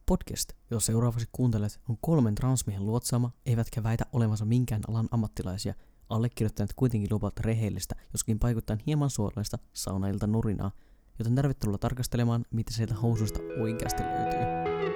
Podcast, jota seuraavaksi kuuntelet, on 3 transmiehen luotsaama, eivätkä väitä olevansa minkään alan ammattilaisia. Allekirjoittaneet kuitenkin luovat rehellistä, joskin paikuttaen hieman suolaista saunailta nurinaa, joten tervetuloa tarkastelemaan, mitä sieltä housuista oikeasti löytyy.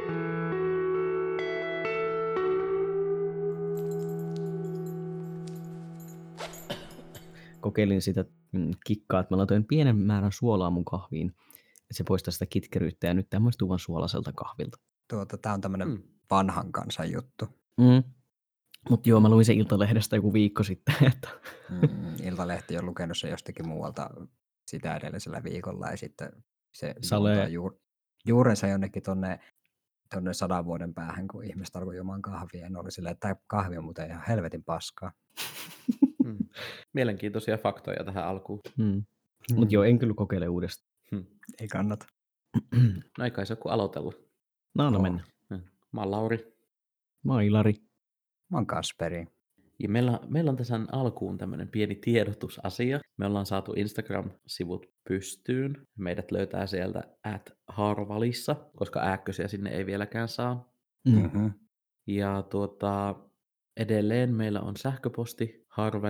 Kokeilin sitä kikkaa, että mä laitoin pienen määrän suolaa mun kahviin, että se poistaa sitä kitkeryyttä, ja nyt tämä maistuu vaan suolaiselta kahvilta. Tää on tämmönen vanhan kansan juttu. Mutta joo, mä luin sen Iltalehdestä joku viikko sitten. Että Iltalehti on lukenut sen jostakin muualta sitä edellisellä viikolla, ja sitten se juurensa jonnekin tonne 100 vuoden päähän, kun ihmiset alkoi juomaan kahvia, ja ne oli silleen, että tämä kahvi on muuten ihan helvetin paskaa. Mielenkiintoisia faktoja tähän alkuun. Mutta joo, en kyllä kokeile uudestaan. Ei kannata. No ei kai se ole kuin aloitella. No mennä. Mä oon Lauri. Mä oon Ilari. Mä oon Kasperi. Ja meillä on tässä alkuun tämmöinen pieni tiedotusasia. Me ollaan saatu Instagram-sivut pystyyn. Meidät löytää sieltä @harvalissa, koska ääkkösiä sinne ei vieläkään saa. Mm-hmm. Ja edelleen meillä on sähköposti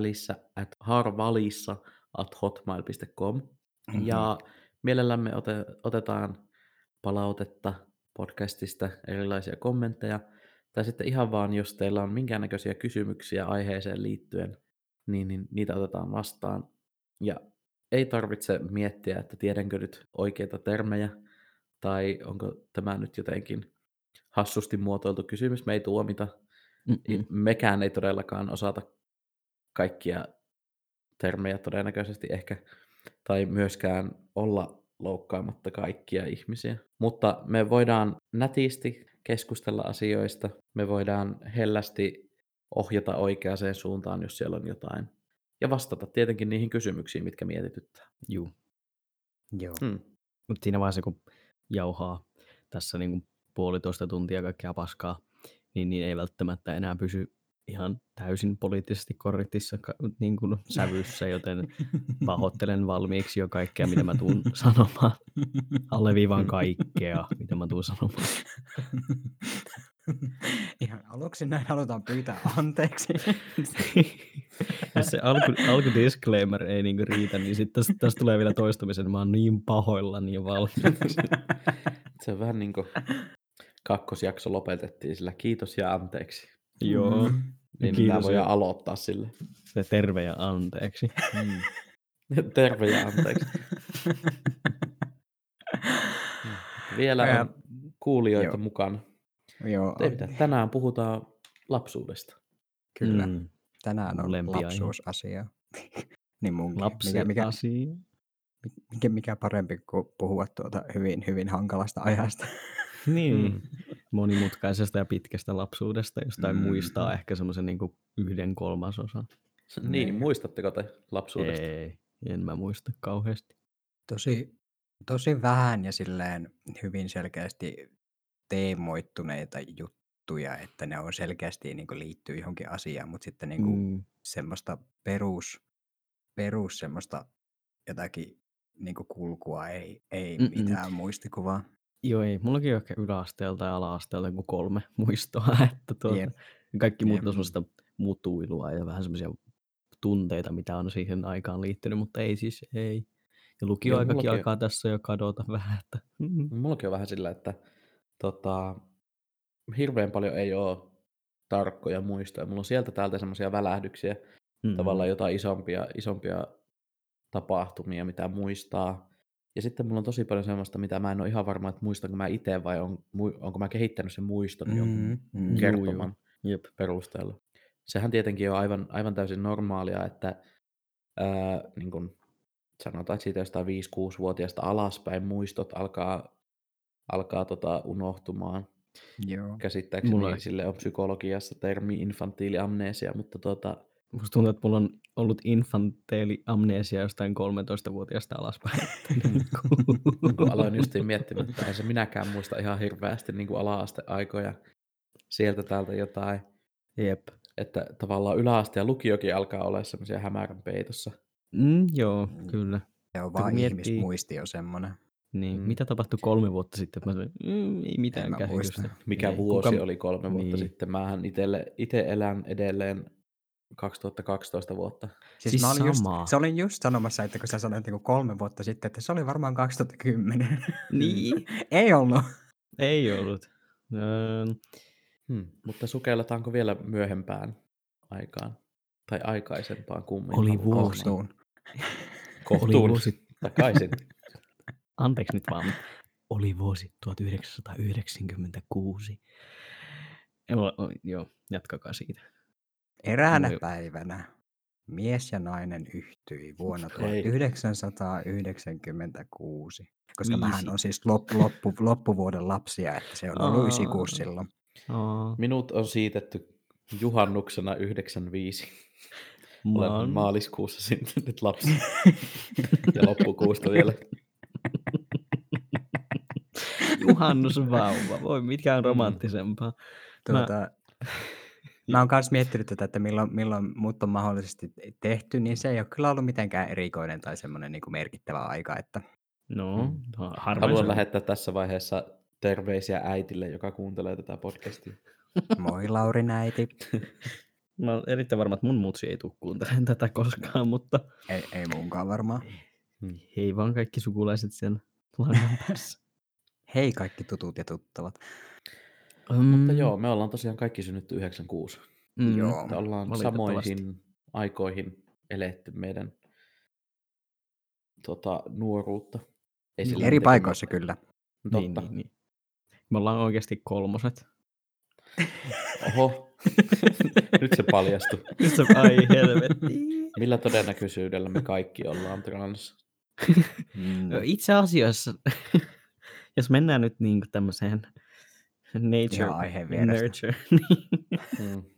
harvalissa@hotmail.com. Mm-hmm. Ja mielellämme otetaan palautetta podcastista, erilaisia kommentteja, tai sitten ihan vaan, jos teillä on minkäännäköisiä kysymyksiä aiheeseen liittyen, niin niitä otetaan vastaan. Ja ei tarvitse miettiä, että tiedänkö nyt oikeita termejä, tai onko tämä nyt jotenkin hassusti muotoiltu kysymys. Me ei tuomita. Mekään ei todellakaan osata kaikkia termejä todennäköisesti ehkä, tai myöskään olla loukkaamatta kaikkia ihmisiä. Mutta me voidaan nätisti keskustella asioista, me voidaan hellästi ohjata oikeaan suuntaan, jos siellä on jotain, ja vastata tietenkin niihin kysymyksiin, mitkä mietityttää. Joo. Joo. Mutta siinä vaiheessa, kun jauhaa tässä niin 1,5 tuntia kaikkea paskaa, niin ei välttämättä enää pysy ihan täysin poliittisesti korrektissa niin kuin sävyssä, joten pahoittelen valmiiksi jo kaikkea, mitä mä tuun sanomaan. Alleviivaan kaikkea, mitä mä tuun sanomaan. Ihan aluksi näin halutaan pyytää anteeksi. Jos se alku-disclaimer ei niinku riitä, niin sitten tästä tulee vielä toistumisen. Mä oon niin pahoillani ja valmiiksi. Se on vähän niin kuin kakkosjakso lopetettiin sillä kiitos ja anteeksi. Joo. Niin kiitos voidaan aloittaa sille. Se terve ja anteeksi. Terve ja anteeksi. Vielä on kuulijoita mukana. Joo. Tänään puhutaan lapsuudesta. Kyllä. Tänään on lapsuusasia. Niin Lapsiasia. Mikä parempi kuin puhua hyvin, hyvin hankalasta ajasta. Niin. Monimutkaisesta ja pitkästä lapsuudesta, jostain muistaa ehkä semmoisen niin 1/3. Niin, muistatteko te lapsuudesta? Ei, en mä muista kauheasti. Tosi vähän ja silleen hyvin selkeästi teemoittuneita juttuja, että ne on selkeästi niin kuin liittyy johonkin asiaan, mutta sitten niin kuin semmoista perus semmoista jotakin niin kuin kulkua ei mitään muistikuvaa. Joo, ei. Mullakin on ehkä yläasteelta ja ala-asteelta joku 3 muistoa, että kaikki muut on semmoista mutuilua ja vähän semmoisia tunteita, mitä on siihen aikaan liittynyt, mutta ei. Ja lukioaikakin alkaa tässä jo kadota vähän. Että Mullakin on vähän sillä, että hirveän paljon ei ole tarkkoja muistoja. Mulla on sieltä täältä semmoisia välähdyksiä, tavallaan jotain isompia tapahtumia, mitä muistaa. Ja sitten mulla on tosi paljon semmoista, mitä mä en ole ihan varma, että muistanko mä itse vai onko mä kehittänyt sen muiston jonkun kertoman perusteella. Sehän tietenkin on aivan täysin normaalia, että niin kun sanotaan, että siitä jostain 5-6-vuotiaasta alaspäin muistot alkaa unohtumaan. Joo. Käsittääkseni sille on psykologiassa termi infantiiliamneesia, mutta musta tuntuu, että mulla on ollut infantiiliamneesia jostain 13-vuotiaasta alaspäin. Kun aloin justiin miettimään, että en se minäkään muista ihan hirveästi niin kuin ala-asteaikoja sieltä täältä jotain. Jep. Että tavallaan yläaste ja lukiokin alkaa olla semmoisia hämärän peitossa. Joo, kyllä. Se on vaan ihmismuisti on semmoinen. Niin, Mm. mitä tapahtui 3 vuotta sitten? Mä sanoin, ei En mitään mä muista. käsitystä. Mikä Ei, vuosi oli 3 vuotta niin. sitten? Mähän itse elän edelleen 2012 vuotta. Siis mä olin samaa. se olin just sanomassa, että kun sä sanoit niin 3 vuotta sitten, että se oli varmaan 2010. Niin. Ei ollut. Ei ollut. Mutta sukelletaanko vielä myöhempään aikaan? Tai aikaisempaan kummin? Oli halutaan vuosi. sanoa? Kohtuun. Kohtuun. Oli vuosi. Takaisin. Anteeksi nyt vaan. Oli vuosi 1996. Joo, jatkakaa siitä. Eräänä Moi. päivänä mies ja nainen yhtyi vuonna Hei. 1996. Koska Viisi. mähän on siis loppuvuoden lapsia, että se on ollut 96 silloin. Minut on siitetty juhannuksena 95. Olen maaliskuussa syntynyt lapsi. Ja loppukuusta vielä. Juhannusvauva. Voi, mitkä on romanttisempaa. Mä oon myös miettinyt tätä, että milloin mut on mahdollisesti tehty, niin se ei ole kyllä ollut mitenkään erikoinen tai semmoinen niin kuin merkittävä aika. Että... No, harvoin Haluan se on. lähettää tässä vaiheessa terveisiä äitille, joka kuuntelee tätä podcastia. Moi Laurin äiti. Mä olen erittäin varma, että mun mutsi ei tule kuuntelemaan tätä koskaan, mutta Ei munkaan varmaan. hei vaan kaikki sukulaiset sen langan päässä. Hei kaikki tutut ja tuttavat. Mutta joo, me ollaan tosiaan kaikki synnytty 96. Joo. Että ollaan valitettavasti. samoihin aikoihin eletty meidän nuoruutta. Ei sillä Eri mitenkään paikoissa kyllä. Totta. Niin. Me ollaan oikeasti kolmoset. Oho, nyt se paljastui. Nyt se, ai helvetti. Millä todennäköisyydellä me kaikki ollaan trans? Itse asiassa, jos mennään nyt niinku tämmöiseen nature Ihan aiheen and vierestä. nurture, niin Mm.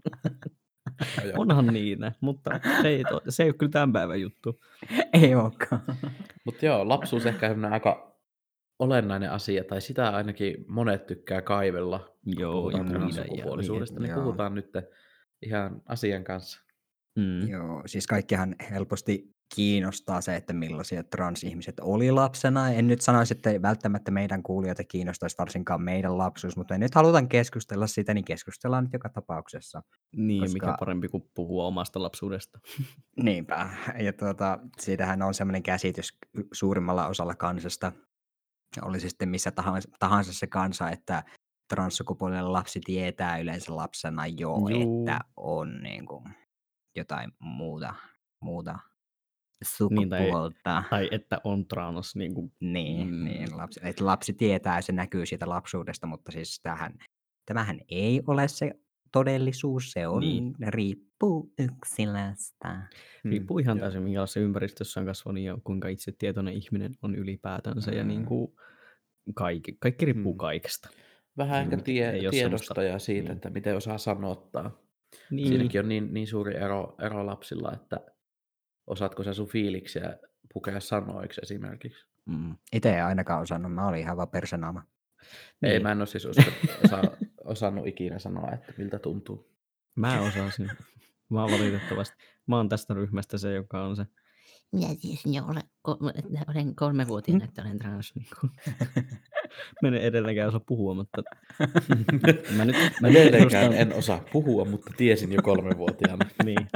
onhan niitä, mutta se ei ole kyllä tämän päivän juttu. Ei olekaan. Mutta joo, lapsuus ehkä on aika olennainen asia, tai sitä ainakin monet tykkää kaivella, kun Joo, puhutaan ja transsukupuolisuudesta, niin joo. puhutaan nyt ihan asian kanssa. Joo, siis kaikkihan helposti kiinnostaa se, että millaisia transihmiset oli lapsena. En nyt sanoisi, että välttämättä meidän kuulijoita kiinnostaisi varsinkaan meidän lapsuus, mutta nyt halutaan keskustella siitä, niin keskustellaan nyt joka tapauksessa. Niin, Koska- mikä parempi kuin puhua omasta lapsuudesta. Niinpä, ja siitähän on semmoinen käsitys suurimmalla osalla kansasta, oli se sitten missä tahansa se kansa, että transsukupuolinen lapsi tietää yleensä lapsena jo, Juu. että on niin kuin jotain muuta Niin, sukupuolta. Tai että on trans. Niin kuin, Niin, lapsi tietää ja se näkyy siitä lapsuudesta, mutta siis tämähän ei ole se todellisuus, se on, riippuu yksilöstä. riippuu ihan täysin, minkälaisessa ympäristössä on kasvanut ja kuinka itsetietoinen ihminen on ylipäätänsä. Ja niin kuin kaikki riippuu kaikesta. Vähän ehkä Ei ole tiedosta semmoista- ja siitä, että miten osaa sanottaa. Niin. Siinäkin on niin suuri ero lapsilla, että osaatko sä sun fiiliksiä pukea sanoiksi esimerkiksi. Itse en ainakaan osannut, mä olin ihan vaan persoonaama. Ei, Niin. mä en ole siis osannut ikinä sanoa, että miltä tuntuu. Mä osasin. Mä valitettavasti. Mä oon tästä ryhmästä se, joka on se. Minä tiesin jo, olen 3-vuotiaana, että olen trans. Niin mä en edelleenkään osaa puhua, mutta mä Edelleenkään en osaa puhua, mutta tiesin jo 3-vuotiaana. Niin.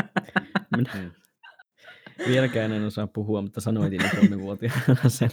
Vieläkään en osaa puhua, mutta sanoitin jo 3-vuotiaana sen.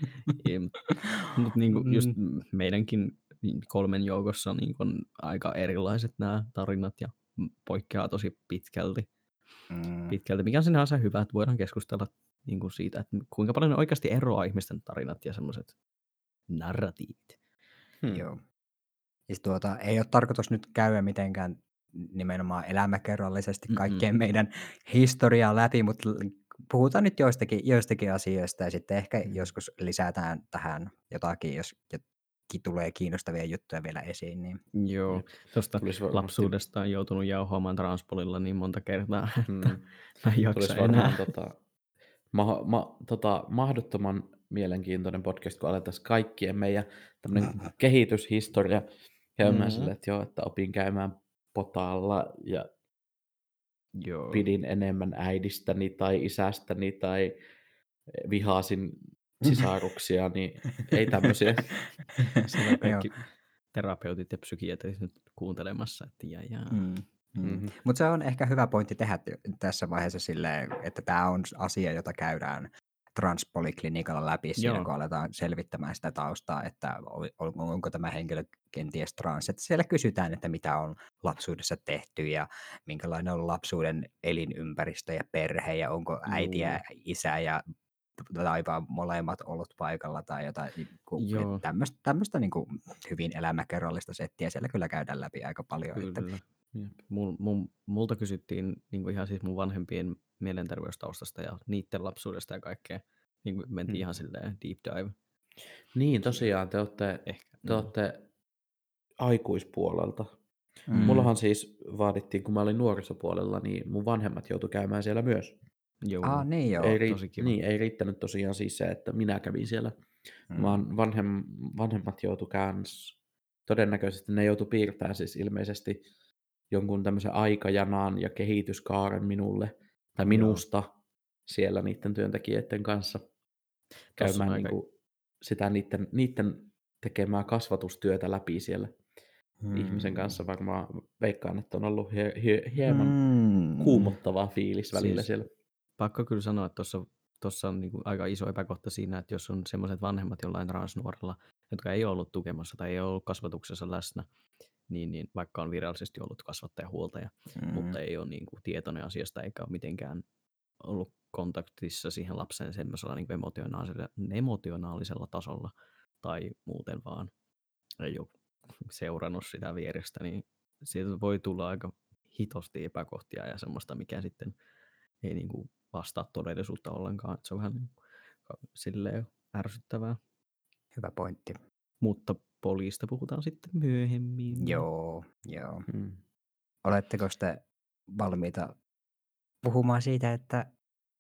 Mutta niin just meidänkin 3 joukossa niin on aika erilaiset nämä tarinat ja poikkeaa tosi pitkälti. Mikä on sinänsä hyvä, että voidaan keskustella niin kuin siitä, että kuinka paljon oikeasti eroaa ihmisten tarinat ja semmoiset narratiivit. Joo. Siis ei ole tarkoitus nyt käydä mitenkään nimenomaan elämäkerrallisesti kaikkeen meidän historiaa läpi, mutta puhutaan nyt joistakin asioista ja sitten ehkä joskus lisätään tähän jotakin, jos tulee kiinnostavia juttuja vielä esiin. Niin. Joo, tuosta Tulisi varmasti- lapsuudesta on joutunut jauhoamaan transpolilla niin monta kertaa, että mä en Tulisi jaksa varmaan enää. mahdottoman mielenkiintoinen podcast, kun alettaisiin kaikkien meidän tämmöinen kehityshistoria käymään sille, että joo, että opin käymään potaalla ja Joo. pidin enemmän äidistäni tai isästäni tai vihasin sisaruksia, niin ei tämmöisiä. Siellä on Joo. kaikki terapeutit ja psykiatrit nyt kuuntelemassa, että jaa. Mhm. Mutta se on ehkä hyvä pointti tehdä tässä vaiheessa silleen, että tämä on asia, jota käydään transpoliklinikalla läpi siinä, Joo. kun aletaan selvittämään sitä taustaa, että onko tämä henkilö kenties trans. Että siellä kysytään, että mitä on lapsuudessa tehty ja minkälainen on lapsuuden elinympäristö ja perhe ja onko äiti ja isä ja tai vaan molemmat ollut paikalla tai jotain Joo. tämmöistä niin hyvin elämäkerrallista settiä siellä kyllä käydään läpi aika paljon. Että Kyllä. Multa kysyttiin niin kuin ihan siis mun vanhempien mielenterveystaustasta ja niiden lapsuudesta ja kaikkea. Niin kuin mentiin ihan silleen deep dive. Niin, tosiaan, te Ehkä. olette aikuispuolelta. Mm. Mullahan siis vaadittiin, kun mä olin nuorisopuolella, niin mun vanhemmat joutui käymään siellä myös. Joo. Niin joo. Tosi kiva. Niin, ei riittänyt tosiaan siis se, että minä kävin siellä, vaan vanhemmat joutui kans, todennäköisesti ne joutui piirtämään siis ilmeisesti jonkun tämmöisen aikajanaan ja kehityskaaren minulle, tai minusta siellä niiden työntekijöiden kanssa käymään niinku sitä niiden tekemää kasvatustyötä läpi siellä ihmisen kanssa. Varmaan veikkaan, että on ollut hieman kuumottavaa fiilis välillä Siis siellä. Pakko kyllä sanoa, että tuossa on niinku aika iso epäkohta siinä, että jos on semmoiset vanhemmat jollain transnuorella, jotka ei ole ollut tukemassa tai ei ole ollut kasvatuksessa läsnä, niin vaikka on virallisesti ollut kasvattajahuoltaja, mutta ei ole niinku tietoinen asiasta eikä ole mitenkään ollut kontaktissa siihen lapseen semmoisella niinku emotionaalisella tasolla tai muuten vaan ei ole seurannut sitä vierestä, niin siitä voi tulla aika hitosti epäkohtia ja semmoista, mikä sitten ei niinku vastaa todellisuutta ollenkaan. Se on vähän silleen ärsyttävää. Hyvä pointti. Mutta poliista puhutaan sitten myöhemmin. Joo. Oletteko te valmiita puhumaan siitä, että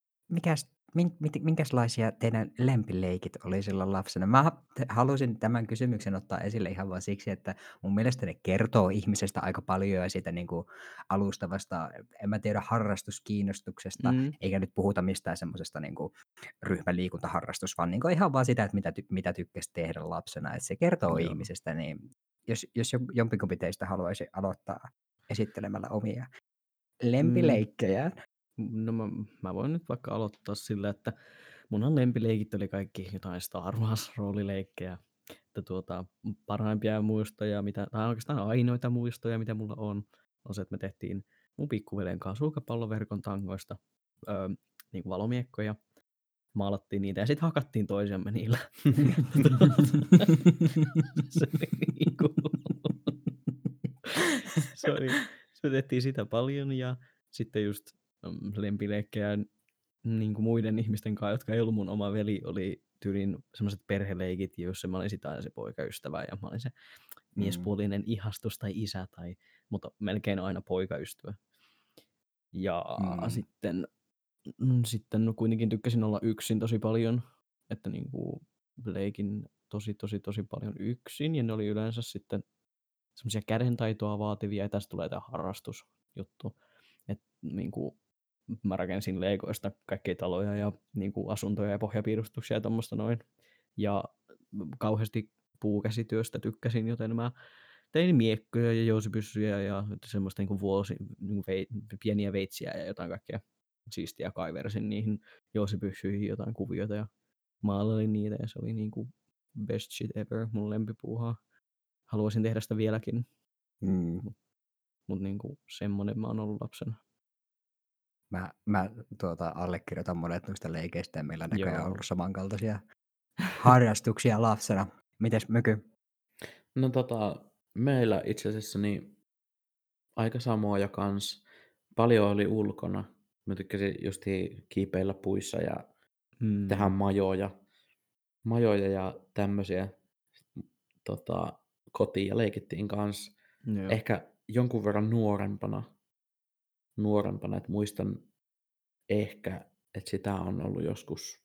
minkälaisia teidän lempileikit oli silloin lapsena? Mä halusin tämän kysymyksen ottaa esille ihan vaan siksi, että mun mielestä ne kertoo ihmisestä aika paljon ja siitä niin kuin alustavasta, en mä tiedä, harrastuskiinnostuksesta, eikä nyt puhuta mistään semmoisesta niin kuin ryhmäliikuntaharrastus, vaan niin kuin ihan vaan sitä, että mitä tykkäsi tehdä lapsena. Että se kertoo ihmisestä, niin jos jompikumpi teistä haluaisi aloittaa esittelemällä omia lempileikkejään. No mä voin nyt vaikka aloittaa sillä, että munhan lempileikit oli kaikki jotain Star Wars-roolileikkejä. Että parhaimpia muistoja, tai oikeastaan ainoita muistoja, mitä mulla on se, että me tehtiin mun pikkuveljen kanssa sulkapalloverkon tangoista niin kuin valomiekkoja. Maalattiin niitä ja sitten hakattiin toisiamme niillä. Me tehtiin sitä paljon ja sitten just lempileikkejä niin kuin muiden ihmisten kanssa, jotka ei ollut mun oma veli, oli tyylin semmoiset perheleikit, joissa mä olin sitä aina se poikaystävä ja mä olin se miespuolinen ihastus tai isä, mutta melkein aina poikaystävä. Ja sitten no kuitenkin tykkäsin olla yksin tosi paljon, että niinku leikin tosi paljon yksin ja ne oli yleensä sitten semmoisia kädentaitoa vaativia ja tästä tulee tämä harrastusjuttu, että niinku mä rakensin Legoista kaikkia taloja ja niinku asuntoja ja pohjapiirustuksia ja tommoista noin. Ja kauheasti puukäsityöstä tykkäsin, joten mä tein miekkoja ja jousipyssyjä ja semmoista niinku pieniä veitsiä ja jotain kaikkea siistiä. Kaiversin niihin jousipyssyihin jotain kuvioita ja maalailin niitä ja se oli niinku best shit ever, mun lempipuuhaa. Haluaisin tehdä sitä vieläkin. Mut niinku semmonen mä oon ollut lapsena. Mä allekirjoitan monet noista leikeistä ja meillä näköjään ollut samankaltaisia harrastuksia lapsena. Mites Myky? No meillä itse asiassa niin aika samoja kans. Paljon oli ulkona. Mä tykkäsin justiin kiipeillä puissa ja tehdä majoja ja tämmösiä kotiin ja leikittiin kanssa. Ehkä jonkun verran nuorempana, että muistan ehkä, että sitä on ollut joskus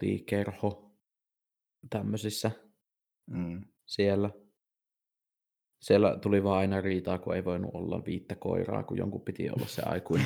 päiväkotikerho tämmöisissä siellä. Siellä tuli vaan aina riitaa, kun ei voinut olla 5 koiraa, kun jonkun piti olla se aikuinen.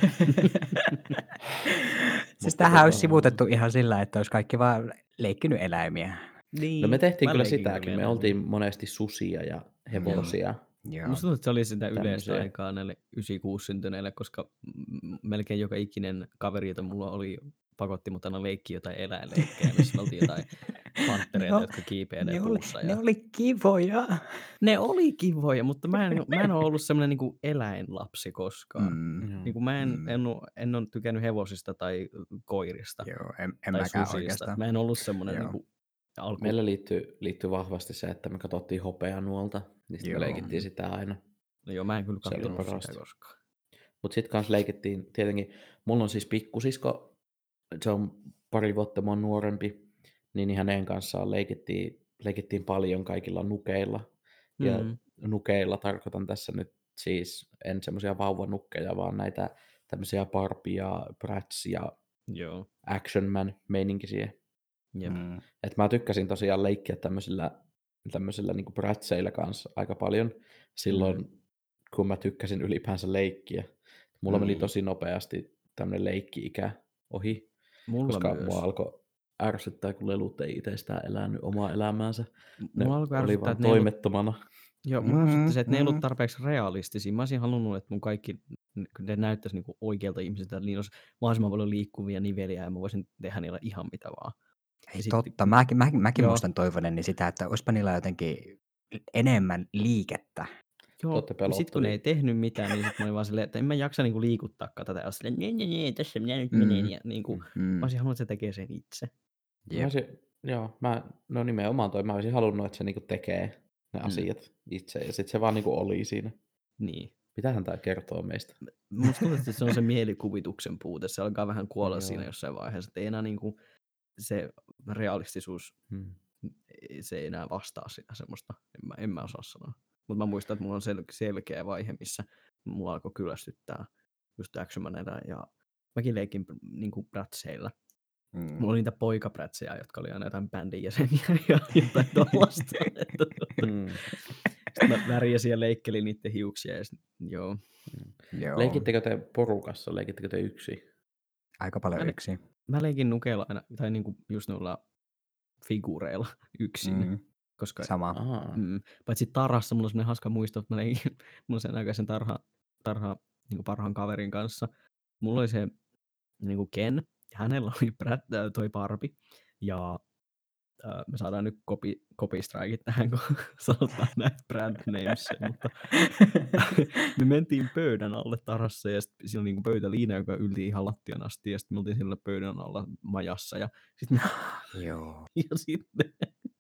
Siis Mutta tähän olisi sivuutettu ihan sillä, että olisi kaikki vaan leikkinyt eläimiä. no me tehtiin mä kyllä leikin sitäkin. kyllä Me eläimiä. oltiin monesti susia ja hevosia. Joo. Musta tuntuu, että se oli sitä yleistä Tämmöisiä. aikaa näille 96 syntyneille, koska melkein joka ikinen kaveri, jota mulla oli, pakotti mut aina leikkiä jotain eläinleikkejä, missä me oltiin jotain panttereita, jotka kiipeilee puussa. Ne oli kivoja. Ne oli kivoja, mutta mä en ole ollut semmoinen niinku eläinlapsi koskaan. Joo. Niinku en ole tykännyt hevosista tai koirista Joo, en tai mäkään susista. oikeastaan. Mä en ollut semmoinen Joo. niinku Meillä liittyy vahvasti se, että me katsottiin hopeanuolta, niin sitten me Joo. leikittiin sitä aina. No joo, mä en kyllä Se oli katsonut parasta. sitä koskaan. Mutta sitten kanssa leikittiin, tietenkin, mulla on siis pikkusisko, se on 2 vuotta mun nuorempi, niin hänen kanssaan leikittiin paljon kaikilla nukeilla. Ja nukeilla tarkoitan tässä nyt siis, en semmoisia vauvanukkeja, vaan näitä tämmöisiä Barbie ja Bratz ja Joo. Action Man meininkisiä. Jep. Et mä tykkäsin tosiaan leikkiä tämmöisillä niinku Bratzeilla kanssa aika paljon silloin, kun mä tykkäsin ylipäänsä leikkiä. Mulla meni tosi nopeasti tämmöinen leikki-ikä ohi, Mulla koska myös. mua alkoi ärsyttää, kun lelut ei itsestään elänyt omaa elämäänsä. Ne Mua alkoi oli ärsyttää, vaan että ne ei ollut, toimettomana. joo, mua ärsytti se, että ne ei ollut tarpeeksi realistisia. Mä olisin halunnut, että mun kaikki ne näyttäisi niinku oikealta ihmisiltä, että niillä olisi mahdollisimman paljon liikkuvia niveliä ja mä voisin tehdä niillä ihan mitä vaan. Ei sit- totta, mäkin Joo. muistan toivoneni sitä, että olisipa niillä jotenkin enemmän liikettä. Joo, Totta ja sit kun pelotteli. ne ei tehnyt mitään, niin sit mä olin vaan silleen, että en mä jaksa niinku liikuttaakaan tätä. Ja silleen, nie, tässä minä nyt menen. Ja niinku, mä olisin halunnut, että se tekee sen itse. No nimenomaan mä olisin halunnut, että se niinku tekee ne asiat itse, ja sitten se vaan niinku oli siinä. Niin. Mitähän tää kertoo meistä? Musta tuntuu, että se on se mielikuvituksen puute. Se alkaa vähän kuolla Joo. siinä jossain vaiheessa. Että ei enää niinku, se realistisuus, se ei enää vastaa sitä semmoista. En mä osaa sanoa. Mutta mä muistan, että mulla on selkeä vaihe, missä mulla alkoi kyllästyttää just Actionmaneita. Ja mäkin leikin niinku Bratzeilla. Mulla oli niitä poikaprätsejä, jotka oli aina jotain bändin jäseniä ja jotain tollasta. Sitten mä värjäsin ja leikkelin niiden hiuksia. Ja joo. Leikittekö te porukassa, leikittekö te yksin? Aika paljon yksin. Mä leikin nukeilla aina, tai niinku just noilla figuureilla yksin. Koska, Sama. paitsi tarhassa mulla on semmoinen hauska muisto, että mä leikin mun sen aikaisen niinku parhaan kaverin kanssa. Mulla oli se niinku Ken, ja hänellä oli toi Barbie, ja me saadaan nyt copystrikeit tähän, kun sanotaan näitä brand names, mutta me mentiin pöydän alle tarhassa, ja sitten siellä oli niinku pöytäliina, joka ylti ihan lattian asti, ja sitten me oltiin siellä pöydän alla majassa, ja sitten Joo. ja sitten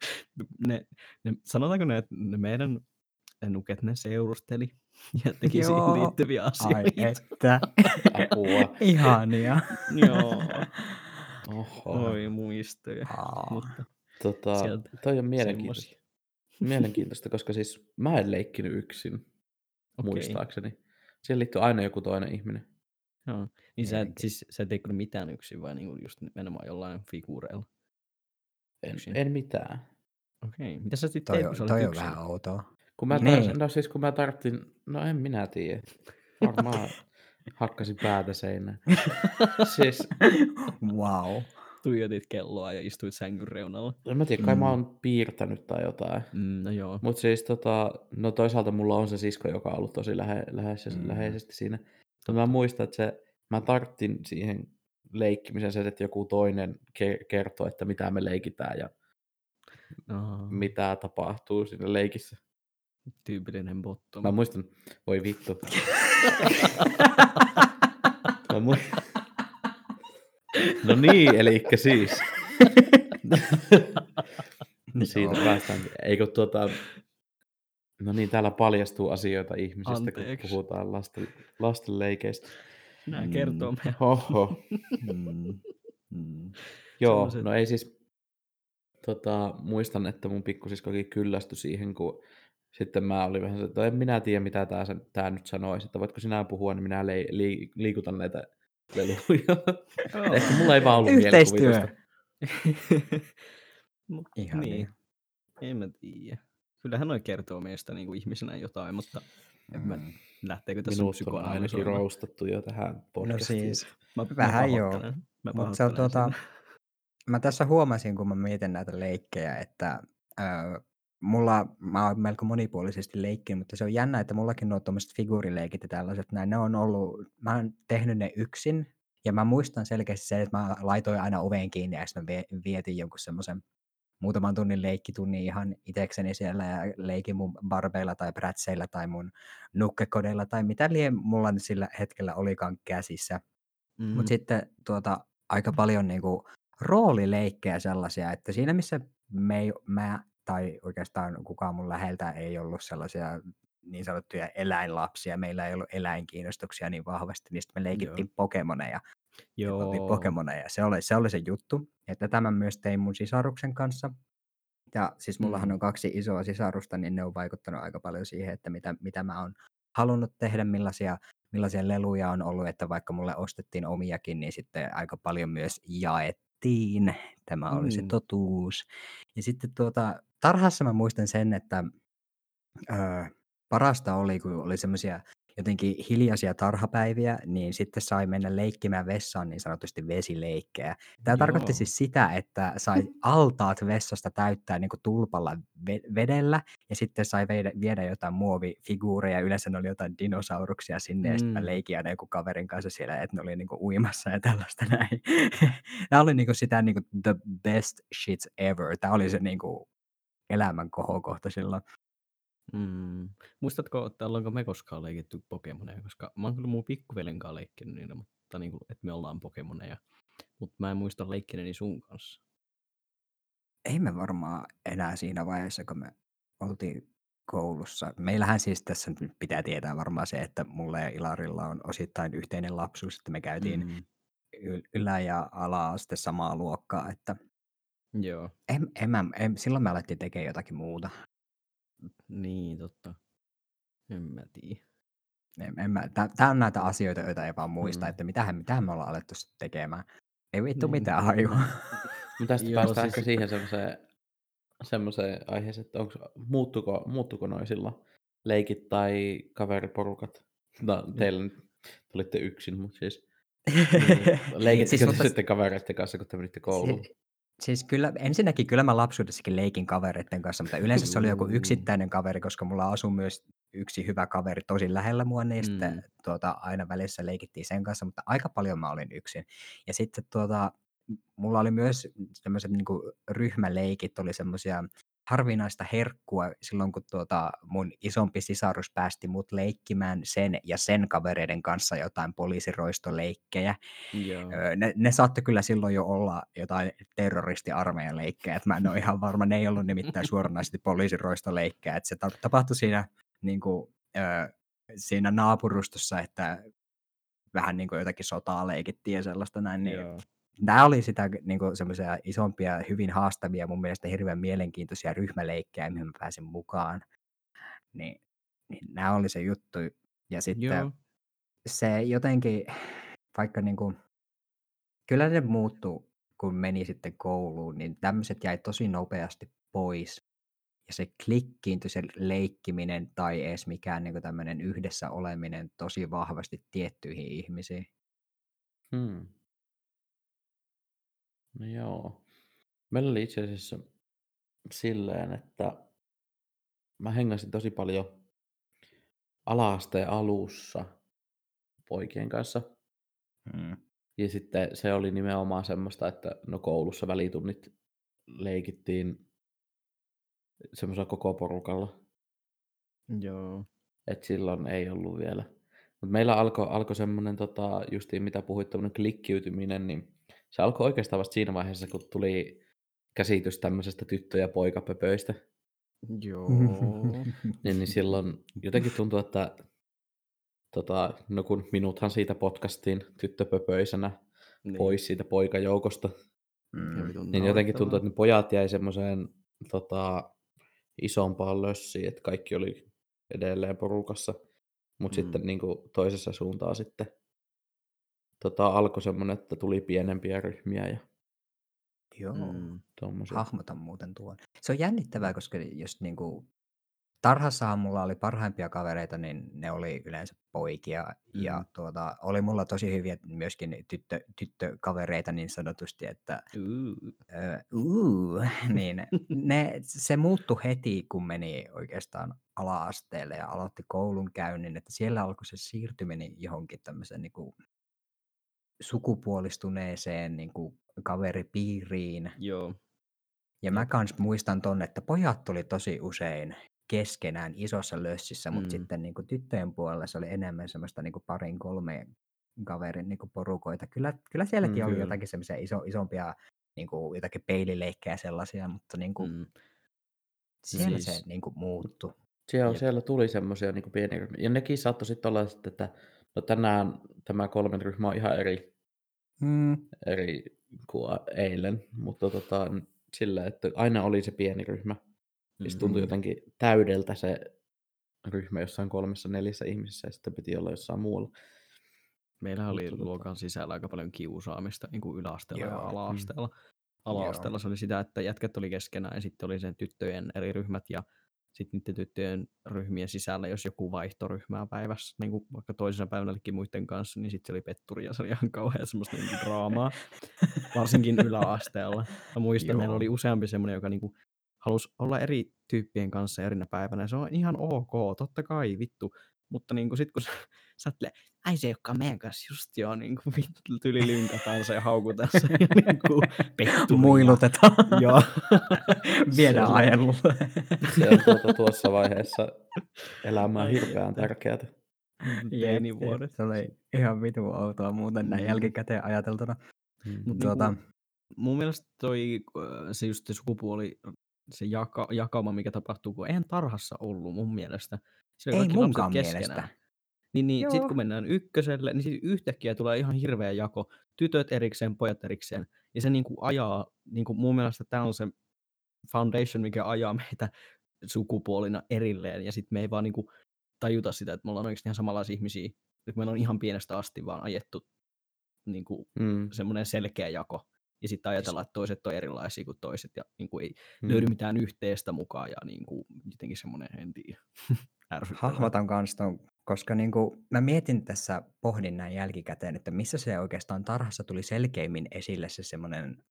sanotaanko ne, että ne meidän nuket, ne seurusteli ja teki siihen liittyviä asioita. Ai että. Apua. Ihania. Joo. Oho. Oi muistoja. Mutta Toi on mielenkiintoista. Mielenkiintoista, koska siis mä en leikkinyt yksin, muistaakseni. Siihen liittyy aina joku toinen ihminen. Joo. Niin sä et tee kyllä mitään yksin, vai niinku just nimenomaan jollain figuureilla? En mitään. Okei. Mitä sä sitten teet, kun sä olet toi yksin? on vähän outoa. Kun mä tarvitsin, no en minä tiedä. Varmaan hakkasin päätä seinään. Siis, wow. Tuijotit kelloa ja istuit sängyn reunalla. En mä tiedä, kai mä oon piirtänyt tai jotain. No joo. Mut siis no toisaalta mulla on se sisko, joka on ollut tosi läheisesti siinä. Mä muistan, että mä tarttin siihen leikkimiseen se, että joku toinen kertoo, että mitä me leikitään ja mitä tapahtuu siinä leikissä. Tyypillinen bottom. Mä muistan, voi vittu. No niin, elikkä siis. Siitä päästään. Eikö no niin, täällä paljastuu asioita ihmisistä, kun puhutaan lasten leikeistä. Nää kertoo meidän. Hoho. Joo, Sellaiset. no ei siis, muistan, että mun pikkusiskokin kyllästyi siihen, kun sitten mä olin vähän se, että en minä tiedä, mitä tää nyt sanoisi, että voitko sinä puhua, niin minä liikutan näitä leluja. Ehkä mulla ei vaan ollut Yhteistyö. mielikuvitusta. Ihan niin. En mä tiedä. kyllähän noi kertoo meistä niin kuin ihmisenä jotain, mutta en mä, Mm. lähteekö tässä Minut on ainakin psykoanalysoimaan? roustattu jo tähän No podcastiin. siis, Mä vähän joo. pahoittelen. Mä Mutta se on pahoittelen siinä. mä tässä huomasin, kun mä mietin näitä leikkejä, että mä oon melko monipuolisesti leikkinyt, mutta se on jännä, että mullakin nuo tuommoiset figuurileikit ja tällaiset näin, ne on ollut, mä oon tehnyt ne yksin, ja mä muistan selkeästi sen, että mä laitoin aina oven kiinni, ja sitten mä vietin jonkun semmoisen muutaman tunnin leikkitunnin ihan itekseni siellä, ja leikin mun barbeilla tai prätseillä tai mun nukkekodeilla, tai mitä mulla nyt sillä hetkellä olikaan käsissä. Mutta sitten aika paljon niinku roolileikkejä sellaisia, että siinä missä mä tai oikeastaan kukaan mun läheltä ei ollut sellaisia niin sanottuja eläinlapsia, meillä ei ollut eläinkiinnostuksia niin vahvasti, niin sitten me leikittiin Pokemoneja. Ja me oltiin Pokemoneja. Se oli se juttu. Ja tätä mä myös tein mun sisaruksen kanssa. Ja siis mullahan on 2 isoa sisarusta, niin ne on vaikuttanut aika paljon siihen, että mitä mä oon halunnut tehdä, millaisia leluja on ollut, että vaikka mulle ostettiin omiakin, niin sitten aika paljon myös jaettiin. Tämä oli se totuus. Ja sitten tarhassa mä muistan sen, että parasta oli, kun oli semmoisia jotenkin hiljaisia tarhapäiviä, niin sitten sai mennä leikkimään vessaan niin sanotusti vesileikkejä. Tämä tarkoitti siis sitä, että sai altaat vessasta täyttää niin kuin tulpalla vedellä, ja sitten sai viedä jotain muovifiguureja, yleensä ne oli jotain dinosauruksia sinne, ja sitten mä leikin aina joku kaverin kanssa siellä, että ne oli niin kuin uimassa ja tällaista näin. Tämä oli niin kuin sitä niin kuin the best shit ever. Tämä oli se niin kuin elämän kohokohta silloin. Muistatko, että ollaanko me koskaan leikitty Pokemoneja? Koska mä oon kyllä mun pikkuveljen kanssa leikkinyt niitä, mutta niin kuin, että me ollaan Pokemoneja. Mutta mä en muista leikkineeni sun kanssa. Ei me varmaan enää siinä vaiheessa, kun me oltiin koulussa. Meillähän siis tässä nyt pitää tietää varmaan se, että mulla ja Ilarilla on osittain yhteinen lapsuus, että me käytiin ylä- ja ala-aste samaa luokkaa, että Joo. silloin me alettiin tekemään jotakin muuta. Niin, totta. En mä tiedä. Tää on näitä asioita, joita ei vaan muista, että mitähän me ollaan alettu tekemään. Ei vittu mitään hajua. Mutta tästä Joo, päästään siis- ehkä siihen semmoiseen aiheeseen, että muuttuko noi silloin leikit tai kaveriporukat? No, teillä nyt tulitte yksin, mutta siis leikittekö te sitten kavereiden kanssa, kun te menitte kouluun? Siis kyllä mä lapsuudessakin leikin kavereiden kanssa, mutta yleensä se oli joku yksittäinen kaveri, koska mulla asui myös yksi hyvä kaveri tosi lähellä mua, niin sitten aina välissä leikittiin sen kanssa, mutta aika paljon mä olin yksin. Ja sitten mulla oli myös semmoiset niinku ryhmäleikit, oli semmoisia harvinaista herkkua silloin, kun mun isompi sisarus päästi mut leikkimään sen ja sen kavereiden kanssa jotain poliisiroistoleikkejä. Joo. Ne saattoi kyllä silloin jo olla jotain terroristiarmeijan leikkejä, että mä en ole ihan varma, ne ei ollut nimittäin suoranaisesti poliisiroistoleikkejä, että se tapahtui siinä, siinä naapurustossa, että vähän niin kuin jotakin sotaa leikittiin ja sellaista näin, niin nämä oli sitä niin semmoisia isompia, hyvin haastavia, mun mielestä hirveän mielenkiintoisia ryhmäleikkejä, mihin mä pääsin mukaan. Niin nämä oli se juttu. Ja sitten se jotenkin, vaikka niin kuin, kyllä ne muuttui, kun meni sitten kouluun, niin tämmöiset jäi tosi nopeasti pois. Ja se klikkiintyi se leikkiminen tai edes mikään niin kuin tämmöinen yhdessä oleminen tosi vahvasti tiettyihin ihmisiin. No joo. Meillä oli itse asiassa silleen, että mä hengasin tosi paljon ala-asteen alussa poikien kanssa. Ja sitten se oli nimenomaan semmoista, että no koulussa välitunnit leikittiin semmoisella koko porukalla. Joo. Et silloin ei ollut vielä. Mutta meillä alkoi semmoinen, justiin mitä puhuit, tämmöinen klikkiytyminen, niin se alkoi oikeastaan vasta siinä vaiheessa, kun tuli käsitys tämmöisestä tyttö- ja poikapöpöistä. Joo. niin silloin jotenkin tuntui, että no kun minuthan siitä podcastiin tyttöpöpöisenä pois siitä poikajoukosta, niin jotenkin tuntui, että ne pojat jäi semmoiseen isompaan lössiin, että kaikki oli edelleen porukassa, mutta sitten niin kuin toisessa suuntaan sitten alkoi semmoinen, että tuli pienempiä ryhmiä ja Joo, tommosia. hahmotan muuten tuon. Se on jännittävää, koska jos niinku tarhassahan mulla oli parhaimpia kavereita, niin ne oli yleensä poikia. Ja oli mulla tosi hyviä myöskin tyttökavereita niin sanotusti, että niin se muuttui heti, kun meni oikeastaan ala-asteelle ja aloitti koulunkäynnin, että siellä alkoi se siirtyminen johonkin tämmöiseen niin kuin sukupuolistuneeseen niin kuin kaveripiiriin. Joo. Ja mä kans muistan ton, että pojat tuli tosi usein keskenään isossa lössissä, mutta sitten niin kuin tyttöjen puolella se oli enemmän semmoista niin kuin 2-3 kaverin niin kuin porukoita. Kyllä sielläkin oli jotakin semmoisia isompia niin kuin jotakin peilileikkejä sellaisia, mutta niin kuin siellä se niin kuin muuttui. Siellä tuli semmoisia niin kuin pieniä ryhmiä. Ja nekin saattoi sitten olla, että no tänään tämä 3 ryhmä on ihan eri kuin eilen, mutta sillä, että aina oli se pieni ryhmä. Ja se tuntui jotenkin täydeltä se ryhmä jossain 3-4 ihmisessä, ja sitten piti olla jossain muualla. Meillä oli luokan sisällä aika paljon kiusaamista niin kuin yläasteella ja ala-asteella. Ala-asteella se oli sitä, että jätkät oli keskenään ja sitten oli sen tyttöjen eri ryhmät ja sitten niiden tyttöjen ryhmien sisällä, jos joku vaihtoi ryhmää päivässä, niin kuin vaikka toisena päivänäkin muiden kanssa, niin sitten se oli petturi ja se oli ihan kauhean semmoista niin draamaa, varsinkin yläasteella. Mä muistan, meillä oli useampi semmoinen, joka niin kuin halusi olla eri tyyppien kanssa erinä päivänä. Se on ihan ok, totta kai, vittu. Mutta niin sitten kun sä oot ai se, joka meidän kanssa just joo, niin kuin tyli lynkataan se ja haukutaan se ja niin kuin petturia. Muilutetaan. Joo. Viedään ajelulle. Se on tuossa vaiheessa elämää hirveän tärkeää. Teinivuodet. Se oli ihan vitun outoa muuten näin jälkikäteen ajateltuna. Mutta mun mielestä se just se sukupuoli, se jakauma, mikä tapahtuu, kun eihän tarhassa ollut mun mielestä. Ei munkaan mielestä. Niin sitten kun mennään ykköselle, niin sitten yhtäkkiä tulee ihan hirveä jako. Tytöt erikseen, pojat erikseen. Ja se niinku ajaa, niinku mun mielestä tämä on se foundation, mikä ajaa meitä sukupuolina erilleen. Ja sitten me ei vaan niinku tajuta sitä, että me ollaan oikeasti ihan samanlaisia ihmisiä. Nyt meillä on ihan pienestä asti vaan ajettu niinku semmoinen selkeä jako. Ja sitten ajatellaan, että toiset on erilaisia kuin toiset. Ja niinku ei löydy mitään yhteistä mukaan. Ja niinku jotenkin semmoinen, en tiedä, ärsyttävää. Hahmotan kanssa ton, koska niinku, mä mietin tässä, pohdin näin jälkikäteen, että missä se oikeastaan tarhassa tuli selkeimmin esille se semmoinen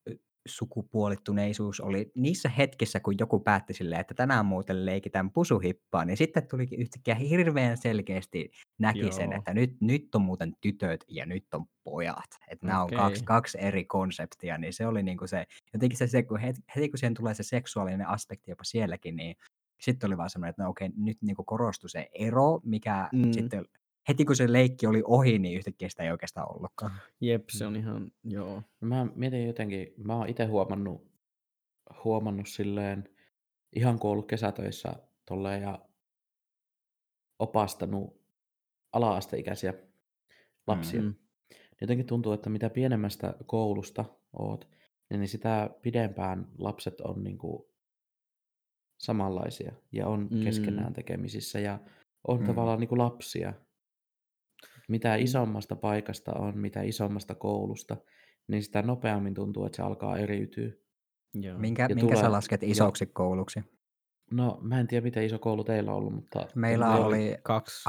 sukupuolittuneisuus oli niissä hetkissä, kun joku päätti silleen, että tänään muuten leikitään pusuhippaa, niin sitten tulikin yhtäkkiä hirveän selkeästi näki sen, että nyt on muuten tytöt ja nyt on pojat. Että nämä on kaksi eri konseptia, niin se oli niinku se, jotenkin se kun heti kun siihen tulee se seksuaalinen aspekti jopa sielläkin, niin sitten oli vaan semmoinen, että no okei, nyt niinku korostui se ero, mikä sitten heti kun se leikki oli ohi, niin yhtäkkiä sitä ei oikeastaan ollutkaan. Jep, se on ihan, joo. Mä mietin jotenkin, mä oon itse huomannut silleen, ihan kun ollut kesätöissä tolleen ja opastanut ala-asteikäisiä lapsia. Jotenkin tuntuu, että mitä pienemmästä koulusta oot, niin sitä pidempään lapset on niinku samanlaisia ja on keskenään tekemisissä ja on tavallaan niinku lapsia. Mitä isommasta paikasta on, mitä isommasta koulusta, niin sitä nopeammin tuntuu, että se alkaa eriytyä. Joo. Minkä sä lasket isoksi kouluksi? No, mä en tiedä, miten iso koulu teillä on ollut, mutta meillä oli 2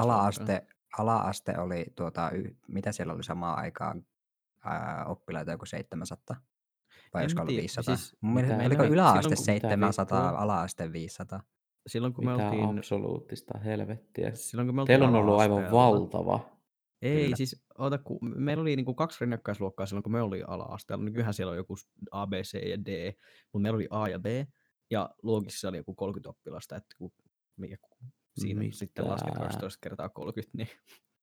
ala-aste oli, mitä siellä oli samaan aikaan, oppilaita joku 700? Vai olisiko ollut 500? Siis, oliko yläaste 700, ala-aste 500? Silloin kun me mitä oltiin... absoluuttista helvettiä. Silloin kun me teillä on ollut aivan valtava. Ei, kyllä. Siis kun meillä oli niinku 2 rinnakkaisluokkaa silloin, kun me oli ala-asteella. Nykyään siellä on joku A, B, C ja D, mutta meillä oli A ja B, ja luokissa oli joku 30 oppilasta, että siinä sitten lasket 12 kertaa 30, niin...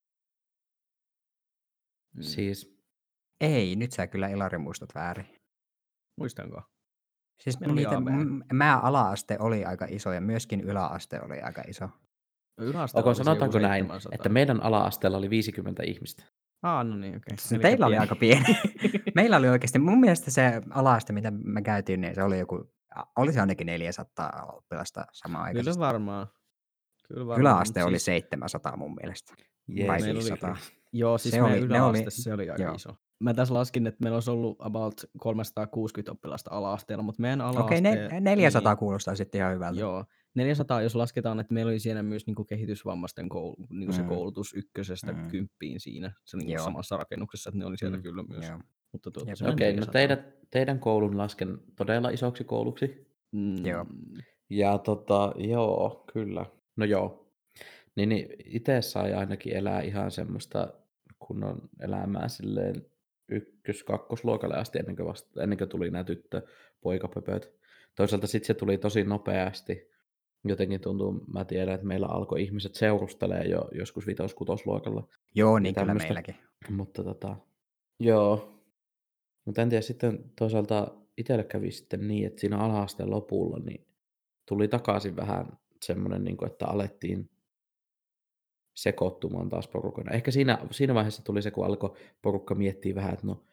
Siis... Ei, nyt sä kyllä Ilari muistat väärin. Muistanko? Siis mä ala-aste oli aika iso ja myöskin yläaste oli aika iso. Sanotaanko näin, että meidän ala-asteella oli 50 ihmistä? No niin, okei. Teillä oli aika pieni. Meillä oli oikeasti, mun mielestä se ala-aste, mitä me käytiin, niin se oli oli se ainakin 400 oppilasta samaan aikaan. Kyllä varmaan. Yläaste oli 700 mun mielestä. Vai 500. Joo, siis meidän yläaste se oli aika iso. Mä tässä laskin, että meillä olisi ollut about 360 oppilasta ala-asteella, mutta meidän ala-aste... Okei, 400 kuulostaa sitten ihan hyvältä. Joo, 400, jos lasketaan, että meillä oli siinä myös niinku kehitysvammaisten niinku se Mm. koulutus 1:stä Mm. 10:iin siinä se niinku Joo. samassa rakennuksessa, että ne oli siellä Mm. kyllä myös. Joo. Mutta Jep. se oli Okei, no 400. teidän koulun lasken todella isoksi kouluksi. Joo. Ja joo, kyllä. No joo. Niin itse sai ainakin elää ihan semmoista kunnon elämää silleen kakkosluokalle asti ennen kuin tuli nämä poikapöpöt. Toisaalta sitten se tuli tosi nopeasti. Jotenkin tuntuu, mä tiedän, että meillä alkoi ihmiset seurustelee jo joskus 5-6-luokalla. Joo, Ja niin kyllä tämmöistä. meilläkin. Mutta joo. Mutta en tiedä, sitten toisaalta itselle kävi sitten niin, että siinä ala-asteen lopulla niin tuli takaisin vähän semmoinen, niin kuin, että alettiin sekoittumaan taas porukana. Ehkä siinä vaiheessa tuli se, kun alkoi porukka miettiä vähän, että no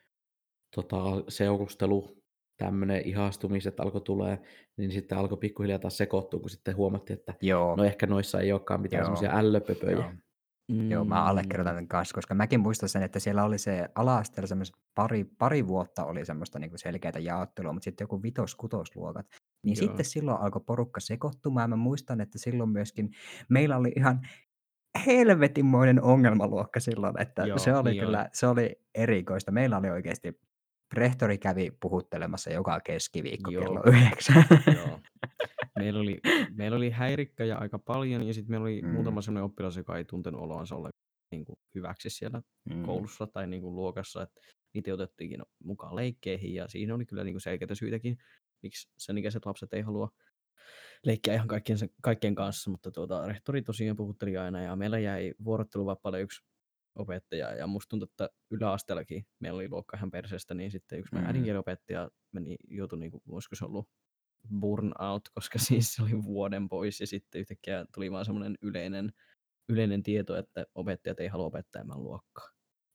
seurustelu, tämmöinen ihastumiset alkoi tulee, niin sitten alkoi pikkuhiljaa taas sekoittua, kun sitten huomattiin, että Joo. no ehkä noissa ei olekaan mitään Joo. semmoisia ällöpöpöjä. Joo. Joo, mä allekirjoitan tämän kanssa, koska mäkin muistan sen, että siellä oli se ala-asteella semmoiset pari vuotta oli semmoista niinku selkeää jaottelua, mutta sitten joku 5-6-luokat, niin Joo. sitten silloin alkoi porukka sekoittumaan. Mä muistan, että silloin myöskin meillä oli ihan helvetinmoinen ongelmaluokka silloin, että Joo, se oli niin oli. kyllä, se oli erikoista. Meillä oli oikeasti, rehtori kävi puhuttelemassa joka keskiviikko kello Joo. 9. Joo. Meillä oli häirikköjä aika paljon ja sitten meillä oli muutama sellainen oppilas, joka ei tuntenut oloansa ollenkaan niinku hyväksi siellä koulussa tai niinku luokassa, että niitä otettiinkin mukaan leikkeihin ja siinä oli kyllä niinku selkeitä syitäkin, miksi sen ikäiset lapset ei halua leikkiä ihan kaikkien kanssa, mutta rehtori tosiaan puhutteli aina ja meillä jäi vuorotteluvapaalle yksi opettaja ja musta tuntuu, että yläasteellakin meillä oli luokka ihan perseestä, niin sitten yksi meidän äidinkielenopettaja joutui, niinku, olisiko se ollut burnout, koska siis se oli vuoden pois ja sitten yhtäkkiä tuli vaan semmoinen yleinen tieto, että opettajat ei halua opettaa enemmän luokkaa.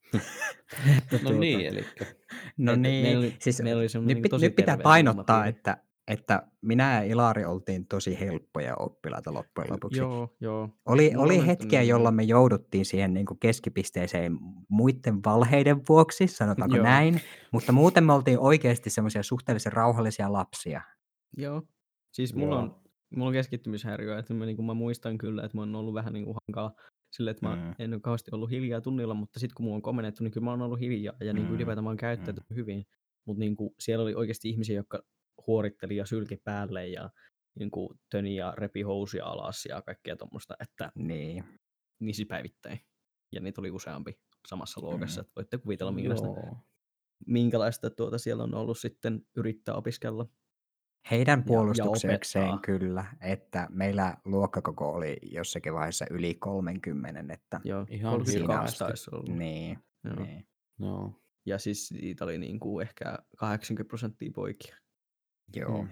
No niin, elikkä. No niin, meillä oli semmoinen nyt, niinku tosi nyt pitää terve painottaa, ilmapiiri. että minä ja Ilari oltiin tosi helppoja oppilaita loppujen lopuksi. Joo. Oli hetkiä, jolloin me jouduttiin siihen niin kuin keskipisteeseen muiden valheiden vuoksi, sanotaanko Joo. näin, mutta muuten me oltiin oikeasti semmoisia suhteellisen rauhallisia lapsia. Joo. Siis mulla on keskittymishäiriö, että mä muistan kyllä, että mä oon ollut vähän niinku hankala sille, että mä en ole kauheasti ollut hiljaa tunnilla, mutta sitten kun mulla on komennettu, niin kyllä mä oon ollut hiljaa ja niinku ylipäätään mä oon käyttäytynyt hyvin. Mutta niinku siellä oli oikeasti ihmisiä, jotka huoritteli ja sylki päälle ja niinku töni ja repi housuja alas ja kaikkea tommoista, että Niin. siis päivittäin. Ja niitä oli useampi samassa luokassa, että voitte kuvitella minkälaista siellä on ollut sitten yrittää opiskella. Heidän Ja puolustuksekseen opettaa. kyllä, että meillä luokkakoko oli jossakin vaiheessa yli 30, että Joo, Ihan 32 hirveästi. taisi olla. niin. Joo. Niin. No. Ja siis siitä oli niinku ehkä 80% poikia. Joo.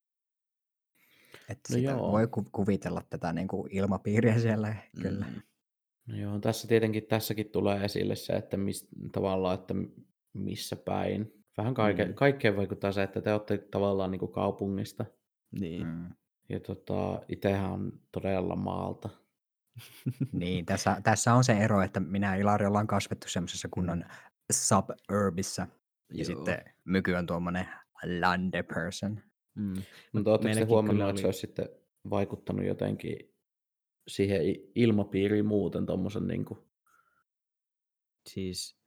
Että No sitä joo. voi kuvitella tätä niin kuin ilmapiiriä siellä kyllä. No joo, tässäkin tulee esille se, että tavallaan, että missä päin. Vähän kaikkeen vaikuttaa se, että te olette tavallaan niin kuin kaupungista. Niin. Ja itsehän on todella maalta. Niin, tässä on se ero, että minä ja Ilari ollaan kasvettu semmoisessa kunnon suburbissa. Ja sitten Myky on tuommoinen lande person. Mutta oletteko te huomannut, että se olisi sitten vaikuttanut jotenkin siihen ilmapiiriin muuten tommosen niinku, siis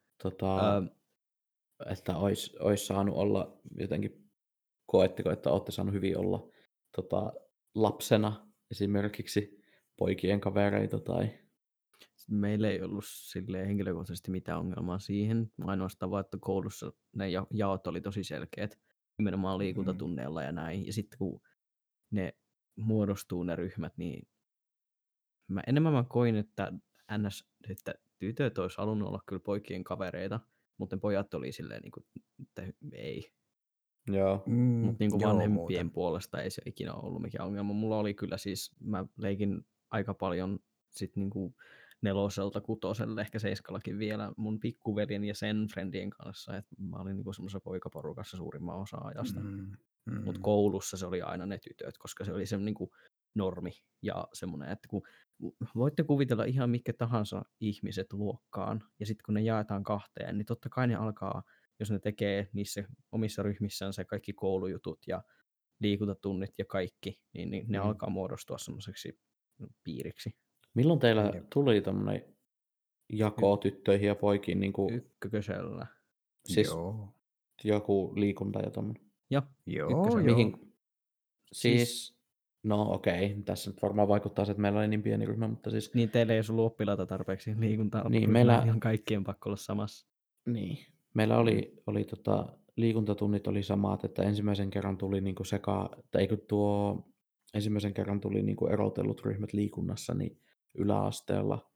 että olisi saanut olla jotenkin, koetteko, että olette saanut hyvin olla lapsena esimerkiksi poikien kavereita tai... Meillä ei ollut silleen henkilökohtaisesti mitään ongelmaa siihen. Ainoastaan vaan, että koulussa ne jaot oli tosi selkeät. Nimenomaan liikuntatunneilla ja näin. Ja sitten kun ne muodostuu ne ryhmät, niin enemmän mä koin, että että tytöt olisi halunnut olla kyllä poikien kavereita, mutta ne pojat oli silleen, niin kuin, että ei. Joo. Mutta niin vanhempien puolesta ei se ikinä ollut mikään ongelma. Mulla oli kyllä siis, mä leikin aika paljon sit niinku 4-6, ehkä 7 vielä mun pikkuveljen ja sen friendien kanssa. Et mä olin niinku semmoisessa poikaporukassa suurimman osa ajasta. Mutta koulussa se oli aina ne tytöt, koska se oli se niinku normi ja semmoinen, että kun voitte kuvitella ihan mitkä tahansa ihmiset luokkaan ja sitten kun ne jaetaan kahteen, niin totta kai ne alkaa, jos ne tekee niissä omissa ryhmissään se kaikki koulujutut ja liikuntatunnit ja kaikki, niin ne Mm. alkaa muodostua semmoiseksi piiriksi. Milloin teillä Jep. tuli tämmöinen jako tyttöihin ja poikiin, niin kuin, Ykkösellä. siis Joo. joku liikunta ja tommoinen? Joo, Joo, ykkösellä. joo. Mihin? Siis, no okei, tässä nyt varmaan vaikuttaa se, että meillä oli niin pieni ryhmä, mutta siis, Niin teillä ei ollut oppilaita tarpeeksi liikuntaa. Niin, meillä- Ihan kaikkien pakko olla samassa. niin, meillä oli liikuntatunnit oli samat, että ensimmäisen kerran tuli niinku ensimmäisen kerran tuli niinku erotellut ryhmät liikunnassa, niin yläasteella.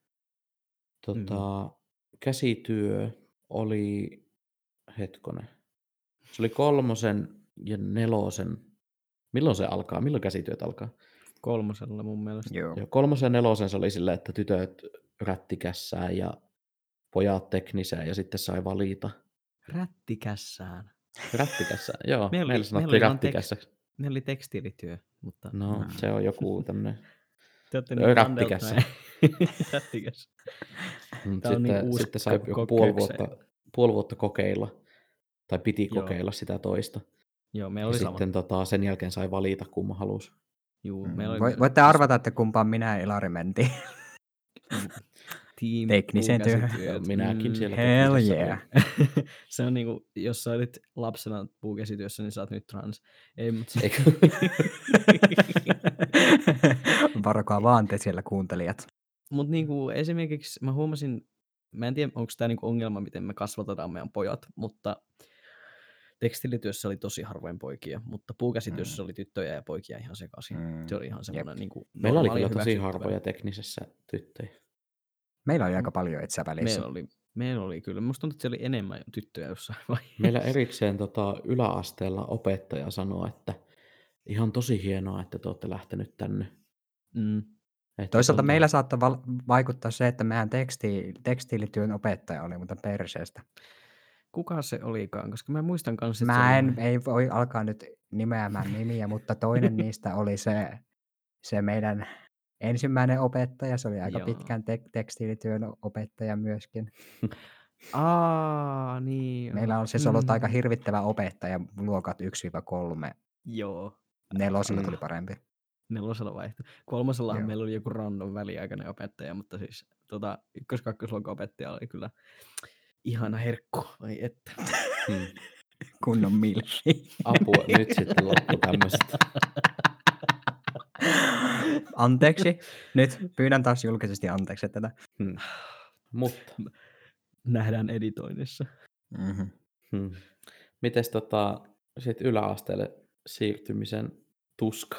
Käsityö oli, hetkonen, se oli 3. ja 4. Milloin se alkaa? Milloin käsityöt alkaa? 3. mun mielestä. Joo. Joo, 3. ja 4. se oli silleen, että tytöt rättikässään ja pojat tekniseen ja sitten sai valita. Rättikässään. Rättikässään, joo. Meillä oli- Meillä sanottiin meillä oli vaan rättikässäksi. Ne oli tekstiilityö, mutta No, se on joku tämmönen. te olette niin Rättikässä. Rättikässä. Mut Tää on niin uusi sitten sai joku puoli vuotta kokeilla. Tai piti Joo. kokeilla sitä toista. Joo, meillä Ja oli sama. sitten sen jälkeen sai valita, kumman halusi. Juu, Mm. meillä oli Voitte arvata, että kumpaan minä ja Ilari mentiin. team tekniseen työhön. puukäsityöt. Joo, minäkin siellä Hell teknisessä yeah. Se on niinku, jos sä olit lapsena puukäsityössä, niin sä oot nyt trans. Ei, mut Eikö? Varokaa vaan te siellä kuuntelijat. Mut niinku esimerkiksi mä huomasin, mä en tiedä onko tää niinku ongelma, miten me kasvatetaan meidän pojat, mutta tekstilityössä oli tosi harvoin poikia, mutta puukäsityössä oli tyttöjä ja poikia ihan sekaisin. Se oli ihan semmoinen niinku Meillä oli normaali kyllä tosi hyväksyttävä. harvoja teknisessä tyttöjä. Meillä oli aika paljon etsä välissä. Meillä oli kyllä. Musta tuntuu, että siellä oli enemmän tyttöjä jossain vaiheessa. Meillä erikseen yläasteella opettaja sanoi, että ihan tosi hienoa, että te olette lähtenyt tänne. Mm. Että Toisaalta meillä saattoi vaikuttaa se, että meidän tekstiilityön opettaja oli muuten perseestä. Kuka se olikaan? Koska mä muistan kanssa, että Mä ei voi alkaa nyt nimeämään nimiä, mutta toinen niistä oli se meidän ensimmäinen opettaja. Se oli aika Joo. pitkään tekstiilityön opettaja myöskin. Niin. Meillä on siis ollut aika hirvittävä opettaja luokat 1-3. Joo. 4 tuli parempi. 4 vaihtui. 3 Joo. meillä oli joku random väliaikainen opettaja, mutta siis 1-2 opettaja oli kyllä ihana herkku. Vai että. Kunnon milfi. Apua, nyt sitten loppu tämmöistä. Anteeksi. Nyt pyydän taas julkisesti anteeksi tätä. Mutta Nähdään editoinnissa. mites sit yläasteelle siirtymisen tuska?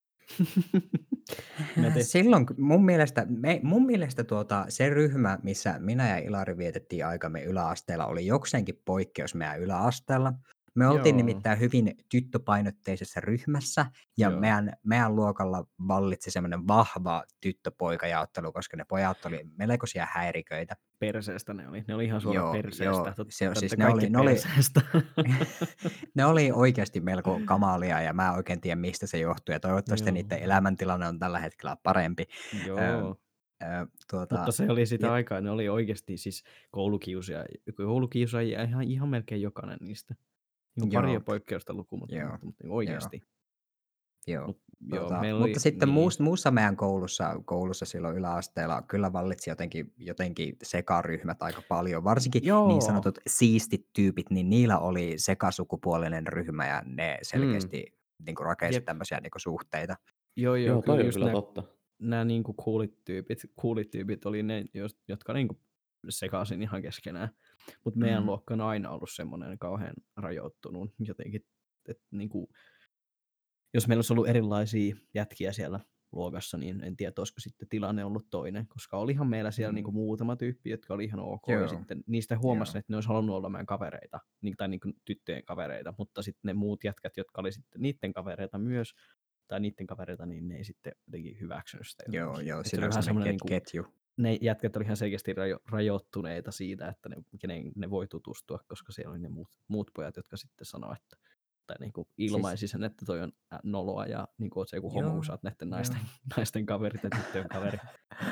Silloin mun mielestä se ryhmä, missä minä ja Ilari vietettiin aikamme yläasteella, oli jokseenkin poikkeus meidän yläasteella. Me oltiin Joo. nimittäin hyvin tyttöpainotteisessa ryhmässä, ja Joo. meidän luokalla vallitsi semmoinen vahva tyttöpoikajaottelu, koska ne pojat oli melkoisia häiriköitä. Perseestä ne oli. Ne oli ihan suoraan Joo, perseestä. joo. Se on siis Ne oli perseestä. Ne oli oikeasti melko kamalia, ja mä oikein tiedä, mistä se johtuu, ja toivottavasti Joo. niiden elämäntilanne on tällä hetkellä parempi. Joo. Mutta se oli sitä aikaa, ne oli oikeasti siis koulukiusaajia ihan melkein jokainen niistä. Niin Joo. paria poikkeusta lukumatta, Joo. mutta oikeasti. Joo. Meillä Mutta oli, sitten niin. muussa meidän koulussa silloin yläasteella kyllä vallitsi jotenkin sekaryhmät aika paljon. Varsinkin Joo. niin sanotut siistit tyypit, niin niillä oli sekasukupuolinen ryhmä, ja ne selkeästi niin kuin rakensi tämmöisiä niin kuin suhteita. Joo, toi on just kyllä totta. nämä niinku coolit tyypit oli ne, jotka niinku sekaisin ihan keskenään. Mutta meidän luokka on aina ollut semmoinen kauhean rajoittunut jotenkin, että niinku, jos meillä olisi ollut erilaisia jätkiä siellä luokassa, niin en tiedä, olisiko sitten tilanne ollut toinen, koska olihan meillä siellä niinku muutama tyyppi, jotka oli ihan ok, ja sitten niistä huomasin, että ne olisi halunnut olla meidän kavereita, tai niinku tyttöjen kavereita, mutta sitten ne muut jätkät, jotka oli sitten niiden kavereita myös, tai niiden kavereita, niin ne ei sitten jotenkin hyväksynyt sitä. Joo, Että siinä on semmoinen ketju. Ne jätkät oli ihan selkeästi rajoittuneita siitä, että kenen ne voi tutustua, koska siellä oli ne muut pojat, jotka sitten sanoo, että tai niinku ilmaisi sen, että toi on noloa ja niinku oot se joku homo, kun sä oot näiden naisten kaverit ja tyttöjen kaveri.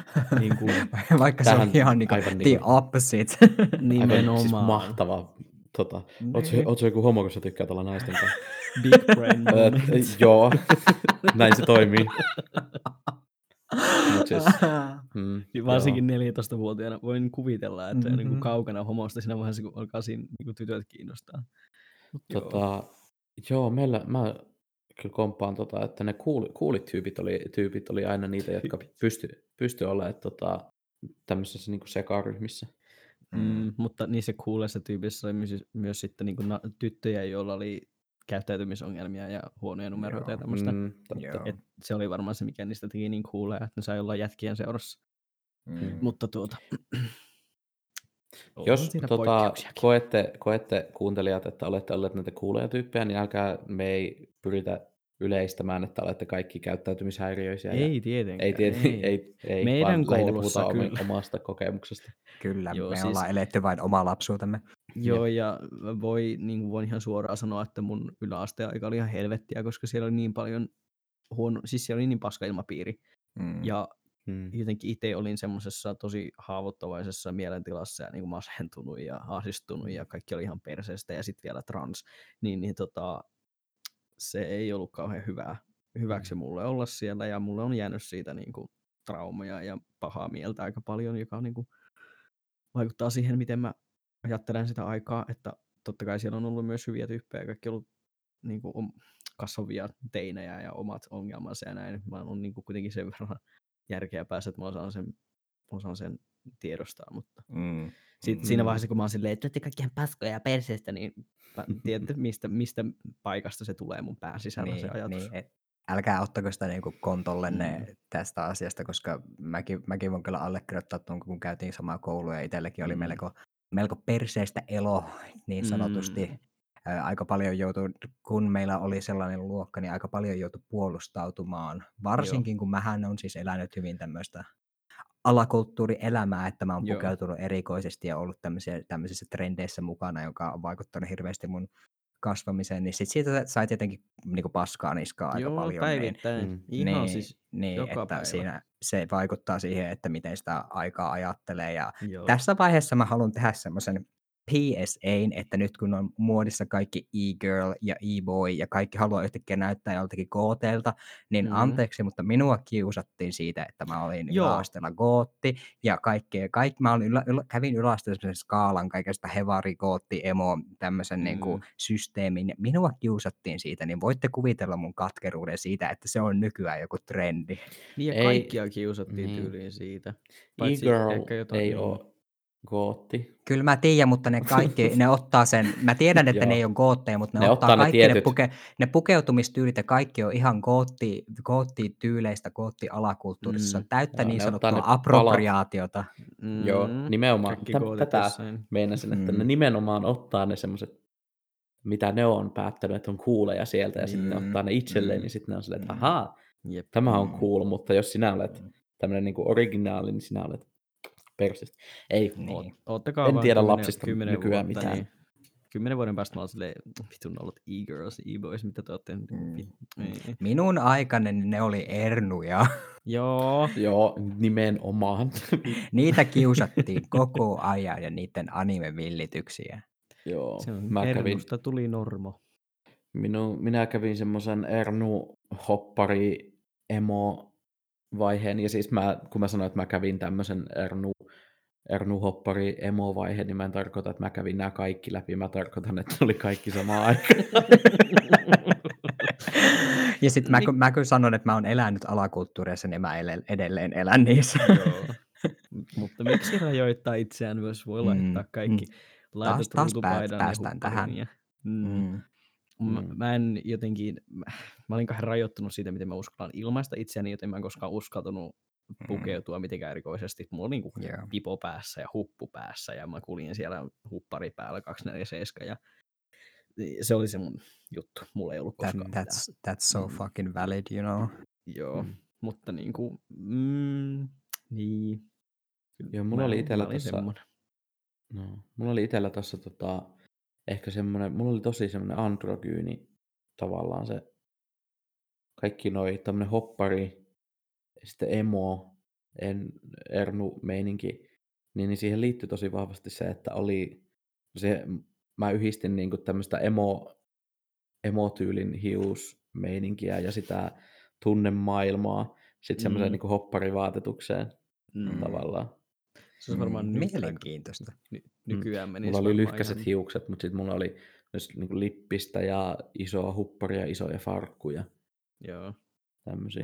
Vaikka se on ihan niinku the opposite. Nimenomaan. Siis mahtava Niin. Oot sä joku homo, kun sä tykkäät olla naisten kanssa? Big brain moment. Joo, näin se toimii. Mut siis, Varsinkin 14-vuotiaana voin kuvitella, että niin kuin Mhm. kaukana homosta siinä vaiheessa, kun alkaa siinä niin kuin tytöt kiinnostaa. Mut joo. joo, mä kyllä komppaan, että ne coolit tyypit oli aina niitä, jotka pysty olemaan tämmöisissä niinku sekaryhmissä. Mutta niissä coolissa tyypissä oli myös sitten niin kuin tyttöjä, joilla oli käyttäytymisongelmia ja huonoja numeroita ja tämmöistä. Joo. Se oli varmaan se, mikä niistä teki niin cooleja, että ne sai olla jätkien seurassa. Mutta Jos siinä poikkeuksiakin. koette kuuntelijat, että olette olleet näitä cooleja tyyppejä, niin me ei pyritä yleistämään, että olette kaikki käyttäytymishäiriöisiä. Ei tietenkään. Ei Meidän vaan lähinnä koulussa puhutaan kyllä. omasta kokemuksesta. Kyllä, Joo, me siis- ollaan eletty vain omaa lapsuutemme. Joo, ja voin ihan suoraan sanoa, että mun yläasteaika oli ihan helvettiä, koska siellä oli niin paljon siis siellä oli niin paska ilmapiiri. Ja jotenkin itse olin semmoisessa tosi haavoittavaisessa mielentilassa ja niin kuin masentunut ja ahdistunut ja kaikki oli ihan perseestä ja sitten vielä trans. Se ei ollut kauhean hyväksi mulle olla siellä ja mulle on jäänyt siitä niin kuin traumaja ja pahaa mieltä aika paljon, joka niin kuin vaikuttaa siihen, miten mä ajattelen sitä aikaa, että totta kai siellä on ollut myös hyviä tyyppejä, kaikki on ollut niin kuin kasvavia teinejä ja omat ongelmansa ja näin. Mä oon niin kuin kuitenkin sen verran järkeä päässä, että mä osaan sen tiedostaa, mutta sitten siinä vaiheessa, kun mä oon silleen, että olette kaikki ihan paskoja ja perseestä, niin tiedätte, mistä paikasta se tulee mun pään sisällä se ajatus. Älkää ottako sitä niinku kontollenne tästä asiasta, koska mäkin voin kyllä allekirjoittaa tuon, kun käytiin samaa koulua ja itselläkin oli melko perseestä elo niin sanotusti. Aika paljon joutui, kun meillä oli sellainen luokka, niin aika paljon joutui puolustautumaan. Varsinkin kun mähän on siis elänyt hyvin tämmöistä alakulttuurielämää, että mä oon pukeutunut erikoisesti ja ollut tämmöisissä trendeissä mukana, joka on vaikuttanut hirveästi mun kasvamiseen, niin sit siitä sai tietenkin niinku paskaa niskaa aika paljon. Päivittäin. Ihan siis joka että päivä. Siinä se vaikuttaa siihen, että miten sitä aikaa ajattelee. Ja tässä vaiheessa mä haluan tehdä semmoisen PSA:n, että nyt kun on muodissa kaikki e-girl ja e-boy ja kaikki haluaa yhtäkkiä näyttää joltakin gooteilta, niin anteeksi, mutta minua kiusattiin siitä, että mä olin yläasteella gootti ja mä kävin yläasteella semmoisen skaalan kaikesta hevari, gootti, emo, tämmöisen niinku systeemin. Ja minua kiusattiin siitä, niin voitte kuvitella mun katkeruuden siitä, että se on nykyään joku trendi. Niin ja kaikkia kiusattiin tyyliin siitä. E-girl ei ole gootti. Kyllä mä tiedän, mutta ne kaikki, ne ottaa sen, mä tiedän, että ne ei ole gootteja, mutta ne ottaa kaikki ne pukeutumistyylit ja kaikki on ihan gootti-tyyleistä, gootti-alakulttuurissa. Se on täyttä niin sanottua appropriaatiota. Joo, nimenomaan. Tätä meinasin, että ne nimenomaan ottaa ne semmoiset, mitä ne on päättänyt, että on cooleja sieltä, ja sitten ne ottaa ne itselleen, niin sitten ne on silleen, että ahaa, tämä on cool, mutta jos sinä olet tämmöinen niin kuin originaali, niin sinä olet persistä. Ei, en tiedä lapsista nykyään mitään. Niin 10 vuoden päästä mä oon silleen, vitun ollut e-girls, e-boys, mitä te ootte. Minun aikana ne oli ernuja. Joo, nimenomaan. Niitä kiusattiin koko ajan ja niiden anime-villityksiä. Joo, ernusta tuli normo. Minä kävin semmoisen ernu-hoppari emo-vaiheen, ja siis kun mä sanoin, että mä kävin tämmöisen ernu-hoppari emo-vaiheen, niin mä en tarkoita, että mä kävin nämä kaikki läpi, mä tarkoitan, että ne oli kaikki samaan aikaan. Ja sitten mä kyllä sanon, että mä oon elänyt alakulttuureissa, niin mä edelleen elän niissä. Joo. Mutta miksi rajoittaa itseään myös? Voi laittaa kaikki. Laitat ruutupaidan ja hupparin. Ja, Mä en jotenkin, mä olin kahden rajoittunut siitä, miten mä uskallan ilmaista itseäni, joten mä en koskaan uskaltanut pukeutua mitenkään erikoisesti. Mulla oli niinku pipo päässä ja huppu päässä ja mä kuljin siellä huppari päällä 247 ja se oli se mun juttu. Mulla ei ollut koskaan mitään. That's so fucking valid, you know. Joo, mutta niinku, niin. Joo, mulla oli itellä tossa ehkä semmoinen, mulla oli tosi semmoinen androgyyni tavallaan se, kaikki noi tämmönen hoppari, sitten emo, ernu-meininki, niin siihen liittyi tosi vahvasti se, että oli se mä yhdistin niinku tämmöistä emotyylin hiusmeininkiä ja sitä tunnemaailmaa sitten semmoiseen niinku hopparivaatetukseen tavallaan. Se on varmaan mielenkiintoista. nykyään menisi Mulla oli varmaan lyhkäiset ihan... hiukset, mutta sitten mulla oli myös niinku lippistä ja isoa hupparia ja isoja farkkuja. Joo. Tämmöisiä.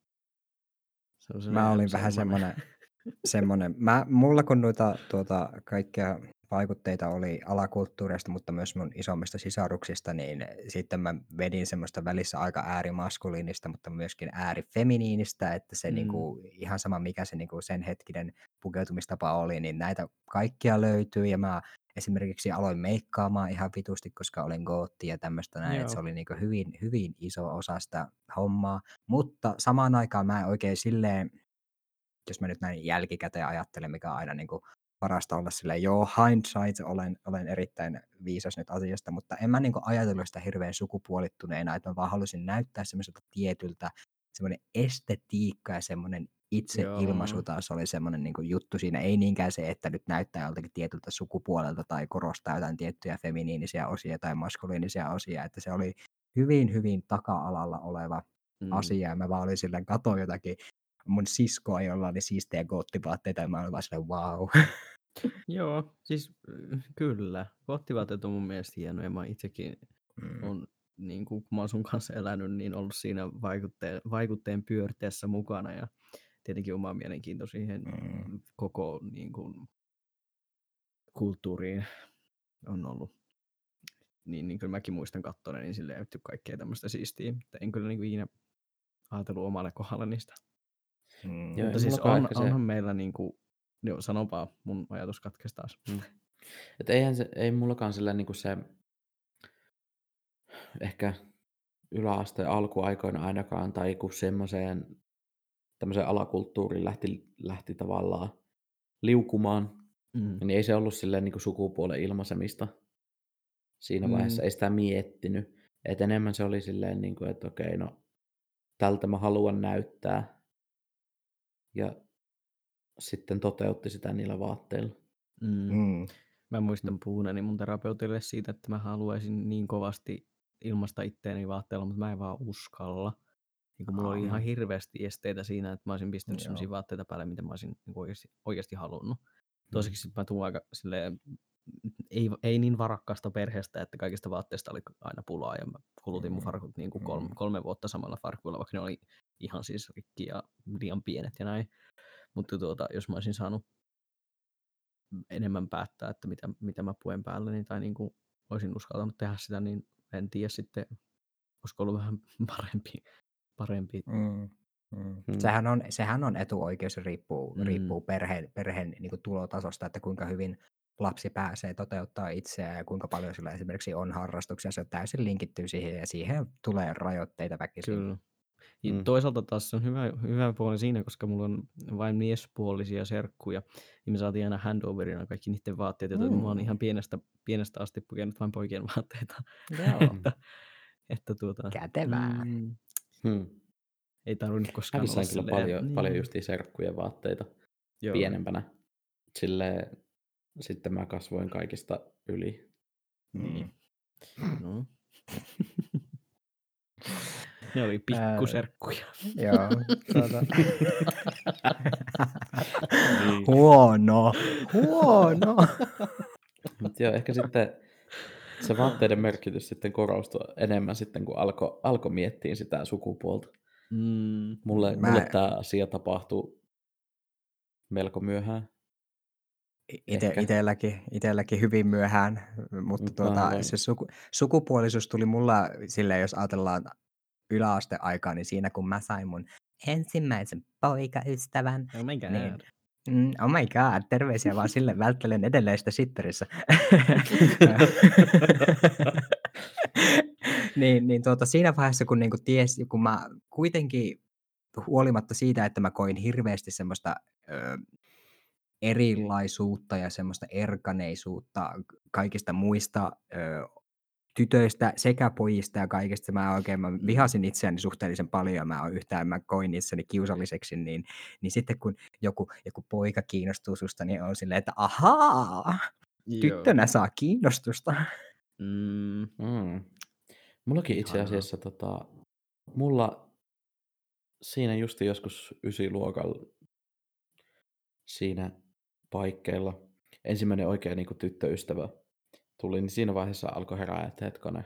Se Mä olin vähän semmoinen. Mulla kun noita kaikkia vaikutteita oli alakulttuurista, mutta myös mun isommista sisaruksista, niin sitten mä vedin semmoista välissä aika äärimaskuliinista, mutta myöskin äärifeminiinistä, että se niinku, ihan sama mikä se niinku sen hetkinen pukeutumistapa oli, niin näitä kaikkia löytyy ja mä esimerkiksi aloin meikkaamaan ihan vitusti, koska olen gootti ja tämmöistä näin, että se oli niinku hyvin, hyvin iso osa sitä hommaa, mutta samaan aikaan mä en oikein silleen, jos mä nyt näin jälkikäteen ajattelen, mikä on aina niin kuin parasta olla silleen, joo, hindsight, olen erittäin viisas nyt asiasta, mutta en mä niin kuin ajatellut sitä hirveän sukupuolittuneena, että mä vaan halusin näyttää semmoiselta tietyltä, semmoinen estetiikka ja semmoinen itseilmaisu taas oli semmoinen niin kuin juttu siinä, ei niinkään se, että nyt näyttää joltakin tietyltä sukupuolelta tai korostaa jotain tiettyjä feminiinisiä osia tai maskuliinisia osia, että se oli hyvin, hyvin taka-alalla oleva asia, ja mä vaan olin silleen, katoin jotakin mun siskoa, jolla oli siistejä goottivaatteita, ja mä olin vaan silleen, wow. Joo, siis kyllä. Goottivaatteet on mun mielestä hienoja. Mä itsekin on, niin kun mä oon sun kanssa elänyt, niin ollut siinä vaikutteen pyörteessä mukana, ja tietenkin oma mielenkiinto siihen koko niin kun, kulttuuriin on ollut. Niin kyllä mäkin muistan kattoneen, niin silleen ei kaikkea tämmöistä siistiä. En kyllä niin ikinä ajatellut omalle kohdalle niistä. Joo, mutta siis onhan meillä niinku, joo, sanopaa, mun ajatus katkesi taas. Et ei mullakaan sillä niinku se ehkä yläasteen alkuaikoina ainakaan, tai kun semmoiseen tämmöiseen alakulttuuriin lähti tavallaan liukumaan, niin ei se ollut silleen niinku sukupuolen ilmaisemista siinä vaiheessa, ei sitä miettinyt. Et enemmän se oli silleen, niinku, että okei, no tältä mä haluan näyttää. Ja sitten toteutti sitä niillä vaatteilla. Mä muistan puhuneeni mun terapeutille siitä, että mä haluaisin niin kovasti ilmaista itteeni vaatteilla, mutta mä en vaan uskalla. Niin mulla oli ihan hirveästi esteitä siinä, että mä olisin pistänyt sellaisia vaatteita päälle, mitä mä olisin oikeasti halunnut. Toiseksi mä tuun aika silleen, ei niin varakkaasta perheestä, että kaikista vaatteista oli aina pulaa, ja mä kulutin mun farkut niin kuin 3 vuotta samalla farkuilla, vaikka ne oli ihan siis rikki ja liian pienet ja näin. Mutta jos mä olisin saanut enemmän päättää, että mitä mä puen päällä, niin, tai niin kuin olisin uskaltanut tehdä sitä, niin en tiedä sitten, olisiko ollut vähän parempi. Sehän on etuoikeus, riippuu perheen niin kuin tulotasosta, että kuinka hyvin lapsi pääsee toteuttaa itseään ja kuinka paljon sillä esimerkiksi on harrastuksia. Se täysin linkittyy siihen ja siihen tulee rajoitteita väkisin. Kyllä. Toisaalta taas on hyvä puoli siinä, koska mulla on vain miespuolisia serkkuja, niin me saatiin aina handoverina kaikki niiden vaatteet, joten mä oon ihan pienestä asti pukenut vain poikien vaatteita. Joo. Kätevää. Ei tarvinnut koskaan olla sain kyllä paljon justiin serkkujen vaatteita pienempänä. Silleen, sitten mä kasvoin kaikista yli. No. Ne oli pikkuserkkuja. Joo. Huono. Mutta joo, ehkä sitten se vaatteiden merkitys sitten korostui enemmän sitten, kun alkoi miettiä sitä sukupuolta. Mulle tämä asia tapahtui melko myöhään. Itselläkin hyvin myöhään, mutta se sukupuolisuus tuli mulla silleen, jos ajatellaan yläasteaikaa, niin siinä kun mä sain mun ensimmäisen poikaystävän. Oh my god. Niin, oh my god, terveisiä vaan sille, välttelen edelleen sitä Sitterissä. niin siinä vaiheessa, kun niinku kun mä kuitenkin huolimatta siitä, että mä koin hirveästi semmoista erilaisuutta ja semmoista erkaneisuutta kaikista muista tytöistä sekä pojista ja kaikesta. Mä vihasin itseäni suhteellisen paljon ja mä koin itseni kiusalliseksi, niin sitten kun joku poika kiinnostuu susta, niin on silleen, että ahaa, tyttönä saa kiinnostusta. Mullakin itse Ihanaa. asiassa mulla siinä just joskus 9-luokalla siinä paikkeilla ensimmäinen oikein niin kuin tyttöystävä tuli, niin siinä vaiheessa alkoi herää, että hetkonen,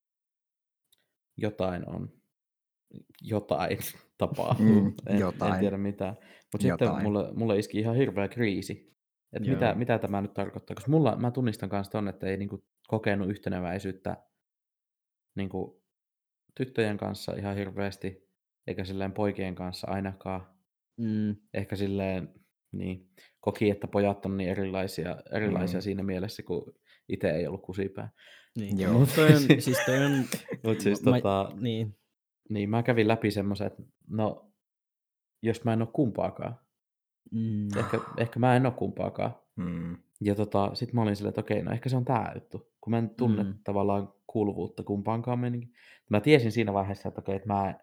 jotain tapahtuu. En Jotain. tiedä mitä. Mutta sitten mulle iski ihan hirveä kriisi. Että mitä tämä nyt tarkoittaa? Koska mä tunnistan myös ton, että ei niinku kokenut yhteneväisyyttä niinku tyttöjen kanssa ihan hirveästi, eikä silleen poikien kanssa ainakaan. Ehkä silleen, niin, koki, että pojat on niin erilaisia siinä mielessä, kun itse ei ollut kusipää. Niin. Joo. Mut toi on Mut siis niin. niin mä kävin läpi semmoisen, että no, jos mä en ole kumpaakaan, ehkä mä en ole kumpaakaan. Ja sit mä olin silleen, että okei, no ehkä se on tää juttu, kun mä en tunne tavallaan kuuluvuutta kumpaankaan meininkin. Mä tiesin siinä vaiheessa, että okei, että mä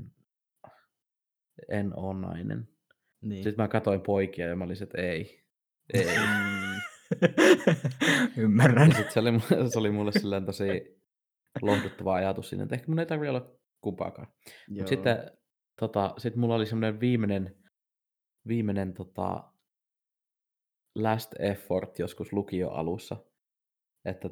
en oo nainen. Niin. Sitten mä katsoin poikia ja mä olin, että ei. Ymmärrän. Ja sit se oli mulle silleen tosi lohduttava ajatus siinä, että ehkä mun ei tarvitse olla kumpaakaan. Mut sitten sit mulla oli semmoinen viimeinen last effort joskus lukion alussa, että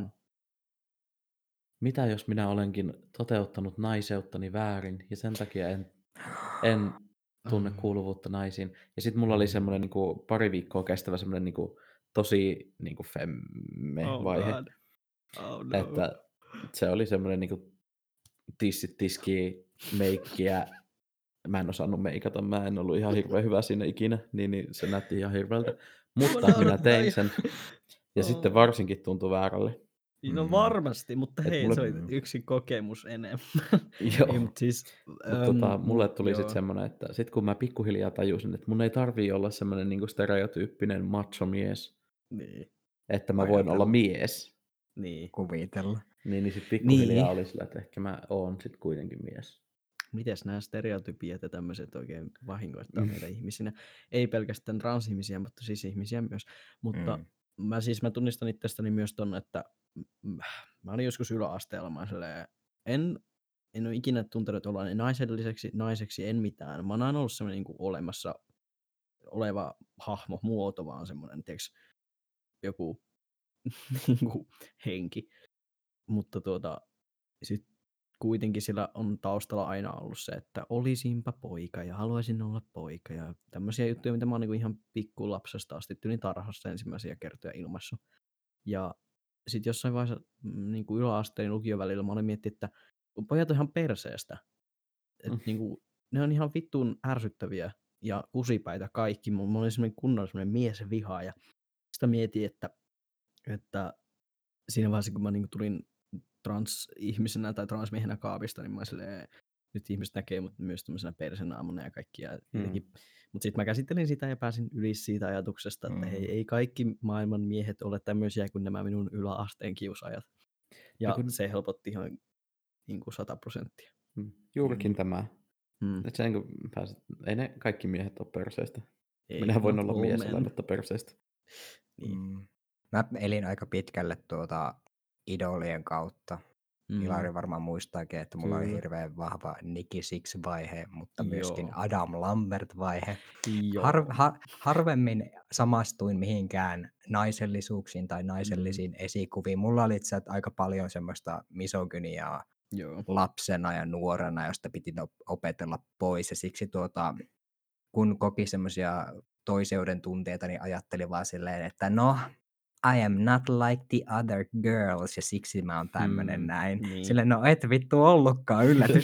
mitä jos minä olenkin toteuttanut naiseuttani väärin ja sen takia en tunne kuuluvuutta naisiin. Ja sitten mulla oli semmoinen niinku pari viikkoa kestävä semmoinen niinku tosi niinku femme-vaihe. No. Että se oli semmoinen niinku tissit tiskiä, meikkiä. Mä en osannut meikata, mä en ollut ihan hirveän hyvä siinä ikinä, niin se näytti ihan hirveältä. Mutta minä tein sen. Ja sitten varsinkin tuntui väärälle. No varmasti, mutta hei, mulle... se oli yksi kokemus enemmän. Joo. Ei, siis, mulle tuli sitten semmoinen, että sit kun mä pikkuhiljaa tajusin, että mun ei tarvii olla semmoinen niinku stereotyyppinen macho-mies, että mä voin olla mies. Niin. Kuvitella. Niin sit pikkuhiljaa oli sillä, että ehkä mä oon sit kuitenkin mies. Mites nämä stereotypiat ja tämmöiset oikein vahingoittaa meitä ihmisinä? Ei pelkästään transihmisiä, mutta siis ihmisiä myös. Mutta mä tunnistan itsestäni myös ton, että mä olin joskus yläasteella, en ole ikinä tuntenut olla naiseksi, en mitään. Mä oon aina ollut semmoinen niin olemassa oleva hahmo, muoto, vaan semmoinen, joku niin henki. Mutta sit kuitenkin sillä on taustalla aina ollut se, että olisinpa poika ja haluaisin olla poika ja tämmöisiä juttuja, mitä mä oon niin ihan pikkulapsesta asti tyylin tarhassa ensimmäisiä kertoja ilmassa. Ja sitten jossain vaiheessa niin kuin yläasteen ja lukion välillä mä olin miettinyt, että pojat on ihan perseestä. Ne on ihan vittuun ärsyttäviä ja kusipäitä kaikki. Mä olin semmoinen kunnon semmoinen miesviha ja sitä mietin, että siinä vaiheessa kun mä niin kuin tulin transihmisenä tai transmiehenä kaapista, niin mä silleen, nyt ihmiset näkee mut myös tämmöisenä persenaamuna ja kaikkia. Mutta sitten mä käsittelin sitä ja pääsin yli siitä ajatuksesta, että hei, ei kaikki maailman miehet ole tämmöisiä kuin nämä minun yläasteen kiusajat. Ja se helpotti ihan niin kuin 100%. Juurikin tämä. Et sen, kun ei ne kaikki miehet ole perseistä. Minä voin olla mies olematta perseistä. Niin. Mä elin aika pitkälle idolien kautta. Ilari varmaan muistaakin, että mulla oli hirveän vahva Nikki Sixx-vaihe, mutta myöskin Adam Lambert-vaihe. Harvemmin samastuin mihinkään naisellisuuksiin tai naisellisiin esikuviin. Mulla oli itse aika paljon semmoista misogyniaa lapsena ja nuorena, josta piti opetella pois. Ja siksi kun koki semmoisia toiseuden tunteita, niin ajattelin vaan silleen, että no, I am not like the other girls, ja siksi mä oon tämmönen näin. Niin. Silleen, no et vittu ollutkaan, yllätys.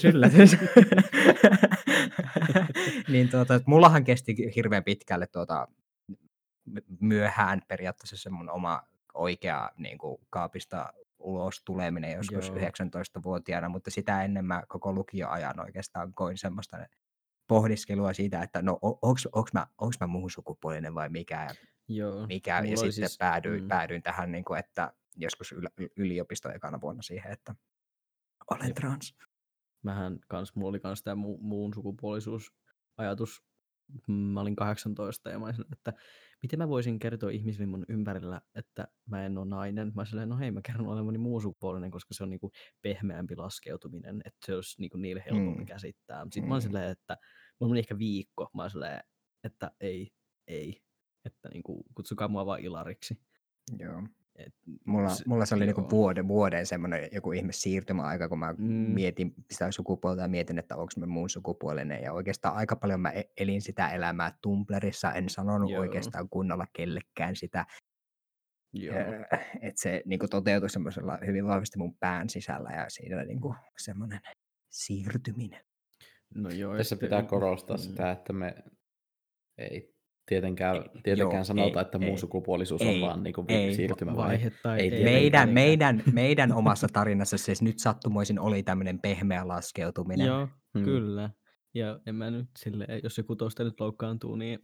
Niin mullahan kesti hirveän pitkälle myöhään periaatteessa se mun oma oikea niin kuin kaapista ulos tuleminen joskus 19-vuotiaana, mutta sitä ennen mä koko lukioajan oikeastaan koin semmoista pohdiskelua siitä, että no onks mä muun sukupuolinen vai mikä. Ja sitten siis, päädyin tähän, niin kuin, että joskus yliopisto ekana vuonna siihen, että olen trans. Mulla oli kans tämä muun sukupuolisuusajatus mä olin 18 ja mä olin silleen, että miten mä voisin kertoa ihmisille mun ympärillä, että mä en ole nainen. Mä olin silleen, no hei, mä kerron olevani muunsukupuolinen, koska se on niinku pehmeämpi laskeutuminen, että se olisi niinku niille helpompi käsittää. Sitten mä olin silleen, että mulla meni ehkä viikko, mä olin silleen, että ei, että niinku, kutsukaa mua vaan Ilariksi. Joo. Et, Mulla se oli joo. niinku vuoden semmoinen joku ihme siirtymäaika, kun mä mietin sitä sukupuolta ja mietin, että onko mä muun sukupuolinen. Ja oikeastaan aika paljon mä elin sitä elämää Tumblrissa, en sanonut Joo. oikeastaan kunnolla kellekään sitä. Joo. Että se niinku toteutui semmoisella hyvin vahvasti mun pään sisällä ja siinä niinku semmoinen siirtyminen. No joo, Tässä pitää korostaa sitä, että me ei tietenkään Joo, sanota, ei, että muunsukupuolisuus on vaan niinku siirtymävaihe. vaihe tai Ei ei meidän omassa tarinassa siis nyt sattumoisin oli tämmöinen pehmeä laskeutuminen. Joo, kyllä. Ja en mä nyt silleen, jos joku tosta nyt loukkaantuu, niin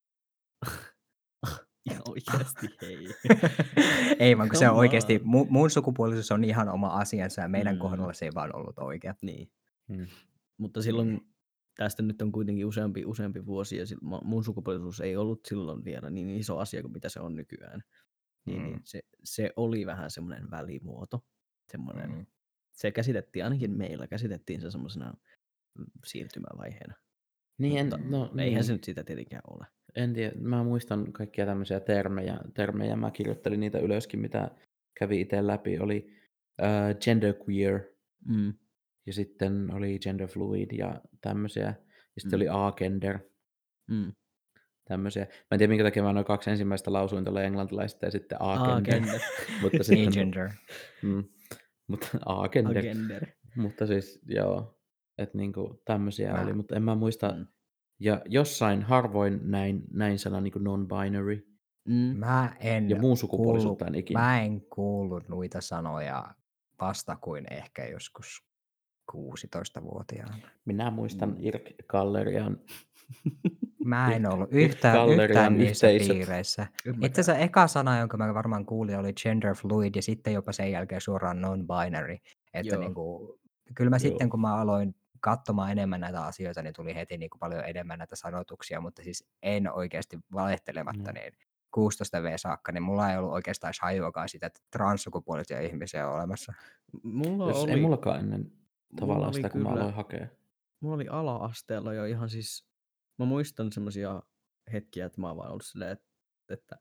ihan oikeasti hei. Ei vaan kun se on oikeasti, muun sukupuolisuus on ihan oma asiansa ja meidän kohdalla se ei vaan ollut oikea. Niin. Mutta silloin, tästä nyt on kuitenkin useampi vuosi ja mun sukupuolisuus ei ollut silloin vielä niin iso asia kuin mitä se on nykyään. Niin se oli vähän semmoinen välimuoto. Semmoinen. Se käsitettiin, ainakin meillä käsitettiin se semmoisena siirtymävaiheena. Niin, eihän se nyt sitä tietenkään ole. En tiedä, mä muistan kaikkia tämmöisiä termejä, mä kirjoittelin niitä ylöskin, mitä kävi itse läpi, oli genderqueer, ja sitten oli genderfluid ja tämmöisiä, ja sitten oli agender, tämmöisiä. Mä en tiedä, minkä takia mä noin 2 ensimmäistä lausuin tuolla englantilaista ja sitten agender. Mutta sitten, agender. Mutta agender. Mutta siis joo, että niinku tämmöisiä oli, mutta en mä muista. Ja jossain harvoin näin sana niin kuin non-binary. Mä en ja muun sukupuolisuutta en ikinä. Mä en kuullut noita sanoja vasta kuin ehkä joskus 16-vuotiaana. Minä muistan Irk Gallerian. Mä en ollut yhtään niissä piireissä. Itse asiassa eka sana, jonka mä varmaan kuulin, oli genderfluid ja sitten jopa sen jälkeen suoraan non-binary. Että niinku, kyllä mä sitten kun mä aloin katsomaan enemmän näitä asioita, niin tuli heti niin kuin paljon enemmän näitä sanotuksia, mutta siis en oikeasti valehtelematta niin 16V saakka, niin mulla ei ollut oikeastaan hajuakaan sitä, että transsukupuolisia ihmisiä on olemassa. Ei mullakaan ennen tavallaan sitä, kun mä aloin hakea. Mulla oli ala-asteella jo ihan siis, mä muistan semmoisia hetkiä, että mä oon vaan ollut silleen, että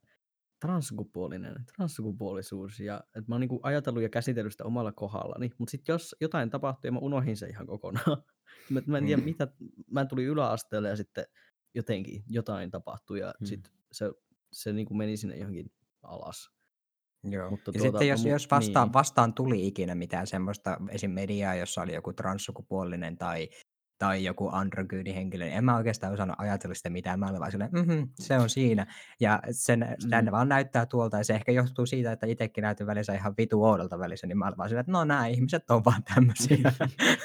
transsukupuolisuus, ja että mä oon niinku ajatellut ja käsitellyt sitä omalla kohdallani, mutta sitten jos jotain tapahtui, ja mä unohdin sen ihan kokonaan. Mä en tiedä mitä, mä tulin yläasteelle ja sitten jotenkin jotain tapahtui, ja sitten se niinku meni sinne johonkin alas. Joo. Mutta ja sitten jos vastaan tuli ikinä mitään semmoista esim. Mediaa, jossa oli joku transsukupuolinen tai joku androgyyni henkilö, niin en mä oikeastaan osannut ajatella sitä mitään. Mä olin vaan silleen, se on siinä. Ja sen vaan näyttää tuolta, ja se ehkä johtuu siitä, että itsekin näytin välissä ihan vitu oudolta välissä, niin mä olin vaan silleen, että no nämä ihmiset on vaan tämmöisiä.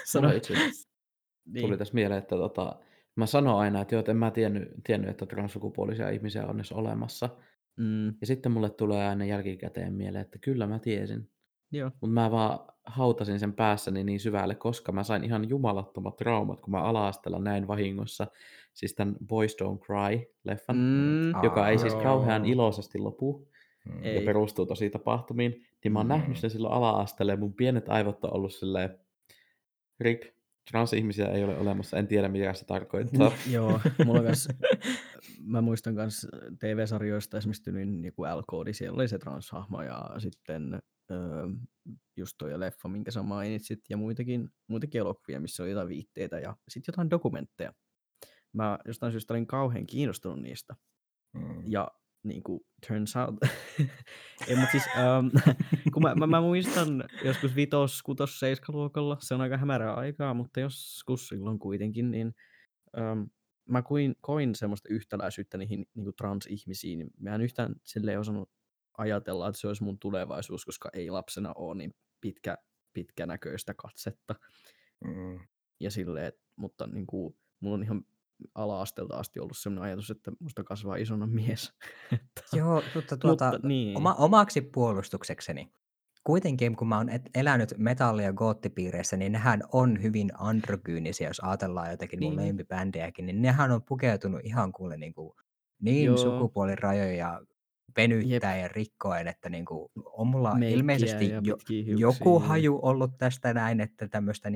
Tuli tässä mieleen, että mä sanon aina, että joo, en mä tiennyt, että transsukupuolisia ihmisiä on edes olemassa. Ja sitten mulle tulee aina jälkikäteen mieleen, että kyllä mä tiesin. Mutta mä vaan hautasin sen päässäni niin syvälle, koska mä sain ihan jumalattomat traumat, kun mä ala-asteella näin vahingossa. Siis tämän Boys Don't Cry-leffan, joka ei siis kauhean iloisesti lopu ja perustuu tosi tapahtumiin. Niin mä oon nähnyt sen silloin ala-asteella ja mun pienet aivot on ollut silleen, rip, transihmisiä ei ole olemassa, en tiedä mitä se tarkoittaa. Joo, mulla kanssa, mä muistan myös TV-sarjoista esimerkiksi joku L-koodi, siellä oli se transhahmo ja sitten just toi leffa, minkä sä mainitsit, ja muitakin elokuvia, missä oli jotain viitteitä ja sitten jotain dokumentteja. Mä jostain syystä olin kauhean kiinnostunut niistä. Ja niin kuin turns out, ei, mutta siis, kun mä muistan joskus 5., 6., 7. luokalla, se on aika hämärää aikaa, mutta joskus silloin kuitenkin, niin mä koin semmoista yhtäläisyyttä niihin niin kuin transihmisiin. Mä en yhtään silleen osannut ajatella, että se olisi mun tulevaisuus, koska ei lapsena ole niin pitkänäköistä katsetta. Ja silleen, mutta niin kuin, mulla on ihan ala-asteelta asti ollut sellainen ajatus, että musta kasvaa isona mies. Joo, mutta niin. Omaksi puolustuksekseni, kuitenkin kun mä oon elänyt metalli- ja goottipiireissä, niin nehän on hyvin androgyynisiä, jos ajatellaan jotakin mun Niin, niin. lempibändejäkin, niin nehän on pukeutunut ihan kuule niin Joo, sukupuolirajoja jep. venyttäen ja rikkoen, että on mulla Meikkiä ilmeisesti ja pitkiä joku hiuksia. haju ollut tästä näin, että tämmöistä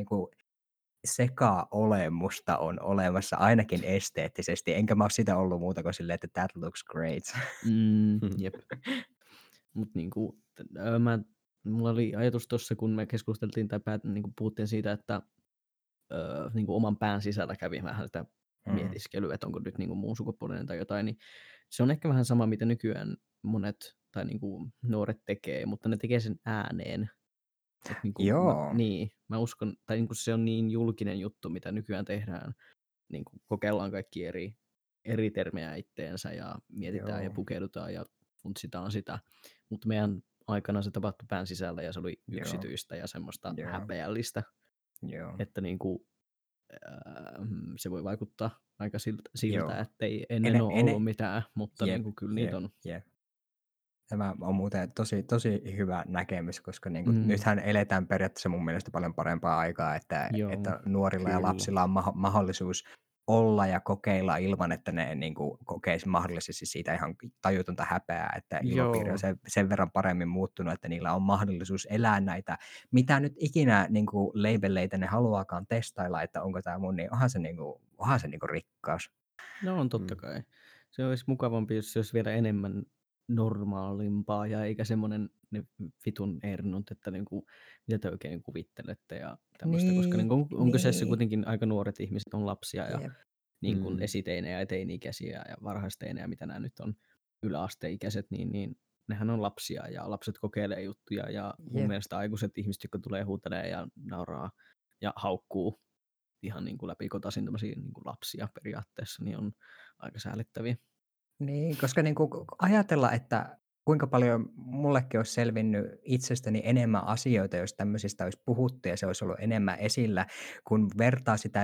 seka-olemusta on olemassa ainakin esteettisesti, enkä mä ole sitä ollut muuta kuin silleen, että that looks great. Jep. Mut niinku, mulla oli ajatus tuossa, kun me keskusteltiin tai niinku puhuttiin siitä, että niinku oman pään sisällä kävi vähän sitä mietiskelyä, että onko nyt niinku muun sukupuolinen tai jotain, niin se on ehkä vähän sama, mitä nykyään monet tai niinku nuoret tekee, mutta ne tekee sen ääneen. Et niinku, Joo. mä uskon, tai niinku se on niin julkinen juttu, mitä nykyään tehdään. Niinku kokeillaan kaikki eri termejä itteensä ja mietitään ja Joo. pukeudutaan ja funtsitaan sitä. Mutta meidän aikana se tapahtui pään sisällä ja se oli Joo. yksityistä ja semmoista Joo. häpeällistä. Joo. Että niinku, se voi vaikuttaa aika siltä, Joo. että ei ennen ole ollut mitään, mutta niinku, kyllä niitä on. Jep. Tämä on muuten tosi hyvä näkemys, koska nythän eletään periaatteessa mun mielestä paljon parempaa aikaa, että Joo, nuorilla ja kyllä. lapsilla on mahdollisuus olla ja kokeilla ilman, että ne kokeisi mahdollisesti siitä ihan tajutonta häpeää, että ilmapiiri on sen verran paremmin muuttunut, että niillä on mahdollisuus elää näitä, mitä nyt ikinä labeleitä ne haluaakaan testailla, että onko tämä mun, niin onhan se rikkaus. No on totta kai. Se olisi mukavampi, jos se olisi vielä enemmän normaalimpaa ja eikä semmoinen ne vitun ernut, että niinku, mitä te oikein kuvittelette ja tämmöistä, koska niinku on kyseessä kuitenkin aika nuoret ihmiset, on lapsia ja niinku esiteinejä ja teini-ikäisiä ja varhaisteinejä, mitä nämä nyt on yläasteikäiset, niin nehän on lapsia ja lapset kokeilee juttuja ja mun mielestä aikuiset ihmiset, jotka tulee huutelee ja nauraa ja haukkuu ihan niin kuin läpikotaisin tämmöisiä niin kuin lapsia periaatteessa, niin on aika säälittäviä. Niin, koska ajatella, että kuinka paljon mullekin olisi selvinnyt itsestäni enemmän asioita, jos tämmöisistä olisi puhuttu ja se olisi ollut enemmän esillä, kun vertaa sitä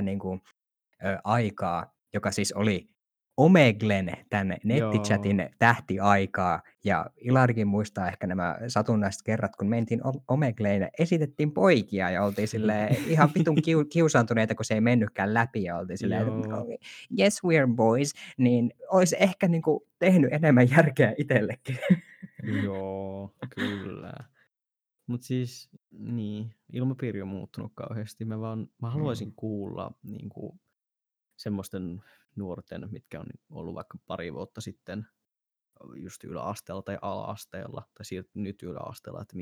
aikaa, joka siis oli Omeglen, tämän nettichatin tähtiaikaa, ja Ilarikin muistaa ehkä nämä satunnaiset kerrat, kun mentiin Omegleen, esitettiin poikia ja oltiin ihan vitun kiusaantuneita, kun se ei mennytkään läpi ja oltiin silleen, yes we're boys, niin olisi ehkä tehnyt enemmän järkeä itsellekin. Joo, kyllä. Mutta siis, niin, ilmapiiri on muuttunut kauheasti. Mä haluaisin kuulla niin kuin, semmoisten nuorten, mitkä on ollut vaikka pari vuotta sitten just yläasteella tai ala-asteella, tai nyt yläasteella, että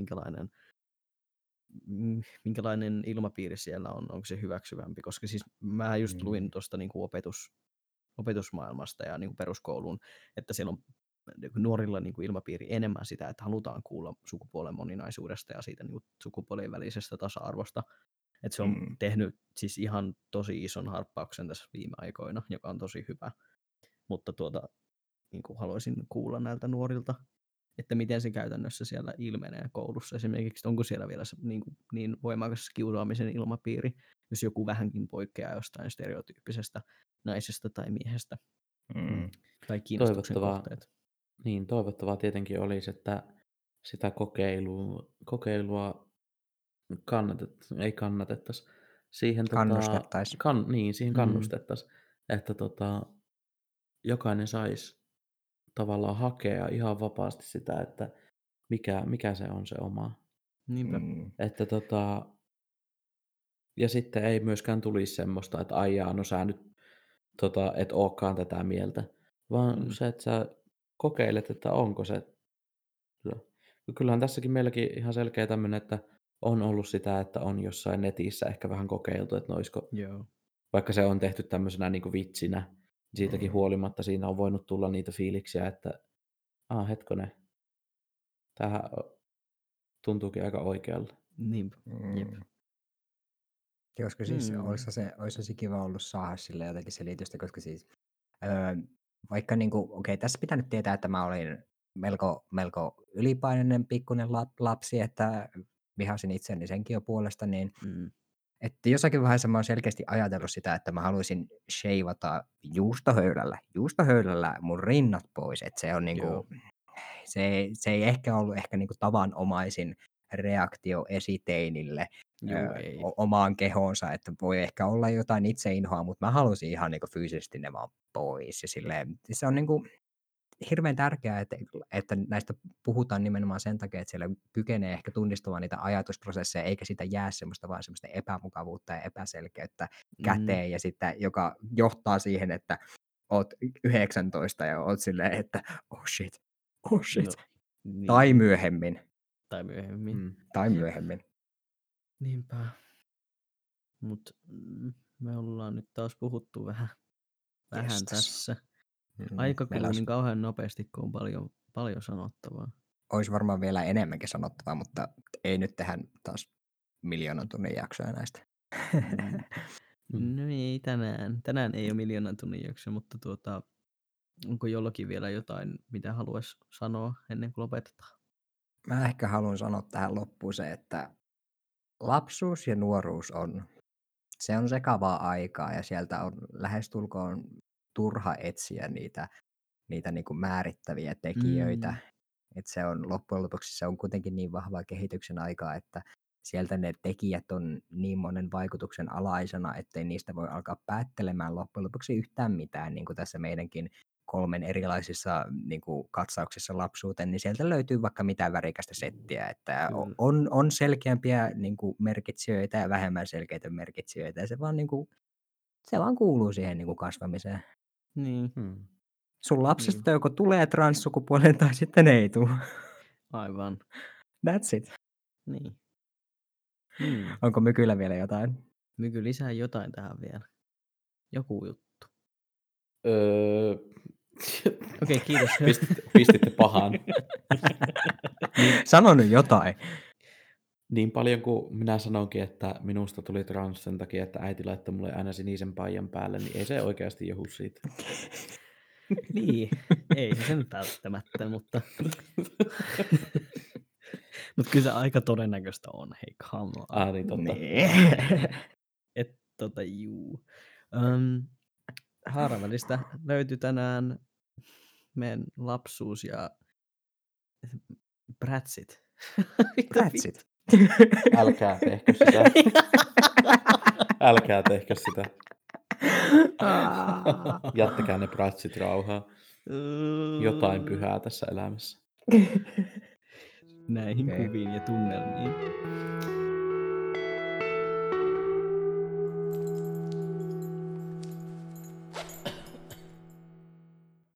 minkälainen ilmapiiri siellä on, onko se hyväksyvämpi, koska siis mä just luin tuosta niin opetusmaailmasta ja niin kuin peruskouluun, että siellä on nuorilla niin kuin ilmapiiri enemmän sitä, että halutaan kuulla sukupuolen moninaisuudesta ja siitä niin kuin sukupuolien välisestä tasa-arvosta. Että se on tehnyt siis ihan tosi ison harppauksen tässä viime aikoina, joka on tosi hyvä. Mutta niin kuin haluaisin kuulla näiltä nuorilta, että miten se käytännössä siellä ilmenee koulussa. Esimerkiksi onko siellä vielä niin voimakas kiusaamisen ilmapiiri, jos joku vähänkin poikkeaa jostain stereotyyppisestä naisesta tai miehestä. Tai kiinnostuksen kohteet. Niin, toivottavaa tietenkin olisi, että sitä kokeilua ei kannatettaisi. Siihen kannustettaisiin. Siihen kannustettaisiin, että jokainen saisi tavallaan hakea ihan vapaasti sitä, että mikä se on se oma. Niinpä. Että ja sitten ei myöskään tulisi semmoista, että aijaa, no sä nyt et ookaan tätä mieltä, vaan se, että sä kokeilet, että onko se. Kyllähän tässäkin meilläkin ihan selkeä tämmöinen, että on ollut sitä, että on jossain netissä ehkä vähän kokeiltu, että olisiko, vaikka se on tehty tämmöisenä niin kuin vitsinä, siitäkin huolimatta siinä on voinut tulla niitä fiiliksiä, että hetkonen, tämähän tuntuukin aika oikealle. Niinpä, jep. Koska siis olisi se kiva ollut saada sille jotakin selitystä, koska siis vaikka okei, tässä pitää nyt tietää, että mä olin melko ylipainoinen pikkuinen lapsi, että vihasin itseäni senkin jo puolesta, niin että jossakin vaiheessa mä oon selkeästi ajatellut sitä, että mä haluaisin sheivata juustohöylällä mun rinnat pois, että se on se ei ehkä ollut tavanomaisin reaktio esiteinille Juu, ei. omaan kehoonsa, että voi ehkä olla jotain itseinhoa, mutta mä halusin ihan niinku fyysisesti ne vaan pois. Ja silleen, se on niinku hirveän tärkeää, että näistä puhutaan nimenomaan sen takia, että siellä kykenee ehkä tunnistamaan niitä ajatusprosesseja, eikä sitä jää semmoista vaan semmoista epämukavuutta ja epäselkeyttä käteen, ja sitten joka johtaa siihen, että oot 19 ja oot silleen, että oh shit. No, niin. Tai myöhemmin. Tai myöhemmin. Mm. Niinpä. Mut me ollaan nyt taas puhuttu vähän tässä. Aika kuluu niin kauhean nopeasti, kun on paljon sanottavaa. Olisi varmaan vielä enemmänkin sanottavaa, mutta ei nyt tehdä taas 1 000 000 tunnin jaksoja näistä. No ei tänään. Tänään ei ole 1 000 000 tunnin jakso, mutta onko jollakin vielä jotain, mitä haluaisi sanoa ennen kuin lopetetaan? Mä ehkä haluan sanoa tähän loppuun se, että lapsuus ja nuoruus se on sekavaa aikaa ja sieltä on lähestulkoon turha etsiä niitä niin kuin määrittäviä tekijöitä. Et se on loppujen lopuksi se on kuitenkin niin vahvaa kehityksen aikaa, että sieltä ne tekijät on niin monen vaikutuksen alaisena, ettei niistä voi alkaa päättelemään loppujen lopuksi yhtään mitään, niin kuin tässä meidänkin 3 erilaisissa niin kuin katsauksissa lapsuuteen, niin sieltä löytyy vaikka mitä värikästä settiä, että on selkeämpiä niin kuin merkitsijöitä ja vähemmän selkeitä merkitsijöitä, ja se vaan kuuluu siihen niin kuin kasvamiseen. Niin. Sun lapsesta joko tulee transsukupuolen tai sitten ei tule. Aivan. That's it. Niin. Onko Mykyllä vielä jotain? Myky, lisää jotain tähän vielä. Joku juttu. Okei, kiitos. Pistitte pahan. Sano nyt jotain. Niin paljon kuin minä sanonkin, että minusta tuli trans sen takia, että äiti laittoi mulle aina sinisen paijan päälle, niin ei se oikeasti johu siitä. Niin, ei se sen välttämättä, mutta mutta kyllä se aika todennäköistä on, hei, come on. Niin totta. Juu. Haaravälistä löytyi tänään meidän lapsuus ja prätsit. Prätsit? Älkää tehkö sitä. Älkää tehkö sitä. Jättäkää ne prätsit rauhaa. Jotain pyhää tässä elämässä. Näihin kuviin ja tunnelmiin.